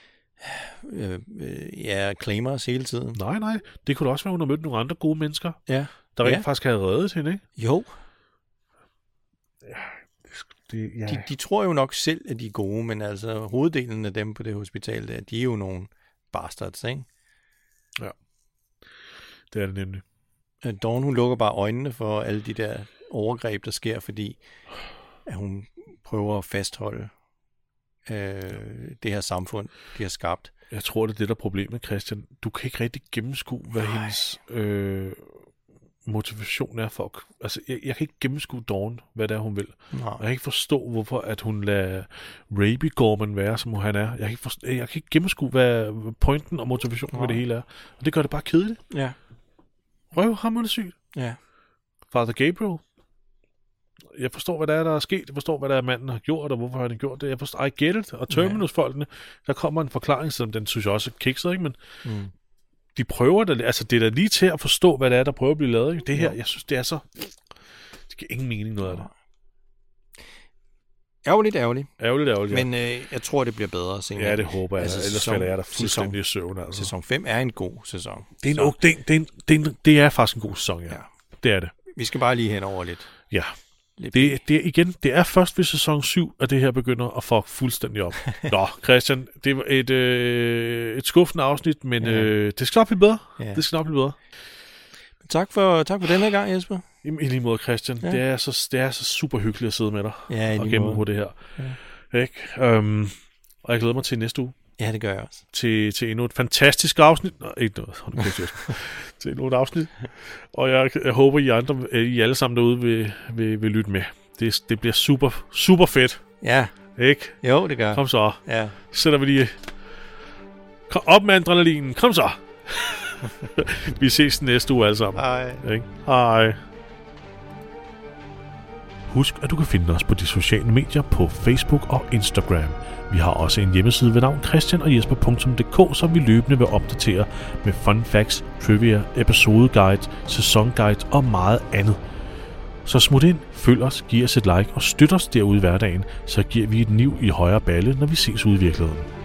øh, øh, ja, claimers hele tiden. Nej, nej. Det kunne da også være, hun har mødt nogle andre gode mennesker, ja. der rent ja. faktisk havde reddet hende, ikke? Jo. Ja. Det, ja. de, de tror jo nok selv, at de er gode, men altså hoveddelen af dem på det hospital, der, de er jo nogle bastards, ikke? Ja, det er det nemlig. Dawn, hun lukker bare øjnene for alle de der overgreb, der sker, fordi at hun prøver at fastholde øh, det her samfund, de har skabt. Jeg tror, det er det, der er problemet, Christian. Du kan ikke rigtig gennemskue, hvad Nej. hendes øh, motivation er for... Altså, jeg, jeg kan ikke gennemskue Dawn, hvad det er, hun vil. Nej. Jeg kan ikke forstå, hvorfor at hun lader Raby Gorman være, som han er. Jeg kan ikke, forstå, jeg kan ikke gennemskue, hvad pointen og motivationen Nej. med det hele er. Og det gør det bare kedeligt. Ja. Røv, hamrende sygt. Ja. Father Gabriel. Jeg forstår, hvad der er, der er sket. Jeg forstår, hvad der er, manden har gjort, og hvorfor han har gjort det. Jeg forstår, I get it. Og Terminus-folkene, der kommer en forklaring, som den synes jeg også er kikset, ikke? Men mm. de prøver det. Altså, det er da lige til at forstå, hvad det er, der prøver at blive lavet. Ikke? Det her, ja. jeg synes, det er så... Det giver ingen mening, noget af det. Ærgerligt, ærgerligt. Ærgerligt, ærgerligt, ja. Men øh, jeg tror, det bliver bedre senere. Ja, det håber jeg. Altså, ellers sæson, falder jeg der fuldstændig sæson, i søvn. Altså. Sæson fem er en god sæson. Det er, en, det, det, er en, det, er en, det er faktisk en god sæson, ja. ja. Det er det. Vi skal bare lige hen over lidt. Ja. Det, det, igen, det er først ved sæson syv, at det her begynder at fuck fuldstændig op. Nå, Christian, det var et, øh, et skuffende afsnit, men ja. øh, det skal nok blive bedre. Ja. Det skal nok blive bedre. Tak for, tak for den her gang, Jesper. I, i lige måde, Christian. Ja. Det, er så, det er så super hyggeligt at sidde med dig ja, og gennemgå det her. Ja. Ikke? Um, og jeg glæder mig til næste uge. Ja, det gør jeg også. Til, til endnu et fantastisk afsnit. Nå, ikke noget. Hold nu kæft, Jesper. Til endnu et afsnit. Og jeg, jeg håber, I andre, I alle sammen derude vil, vil, vil lytte med. Det, det bliver super, super fedt. Ja. Ikke? Jo, det gør. Kom så. Ja. Sætter vi lige... Kom op med adrenalinen. Kom så. Vi ses næste uge alle sammen. Hej. Ikke? Hej. Husk, at du kan finde os på de sociale medier på Facebook og Instagram. Vi har også en hjemmeside ved navn christian og jesper punktum d k, som vi løbende vil opdatere med fun facts, trivia, episodeguide, sæsonguide og meget andet. Så smut ind, følg os, giv os et like og støt os derude i hverdagen, så giver vi et niv i højre balle, når vi ses ude i virkeligheden.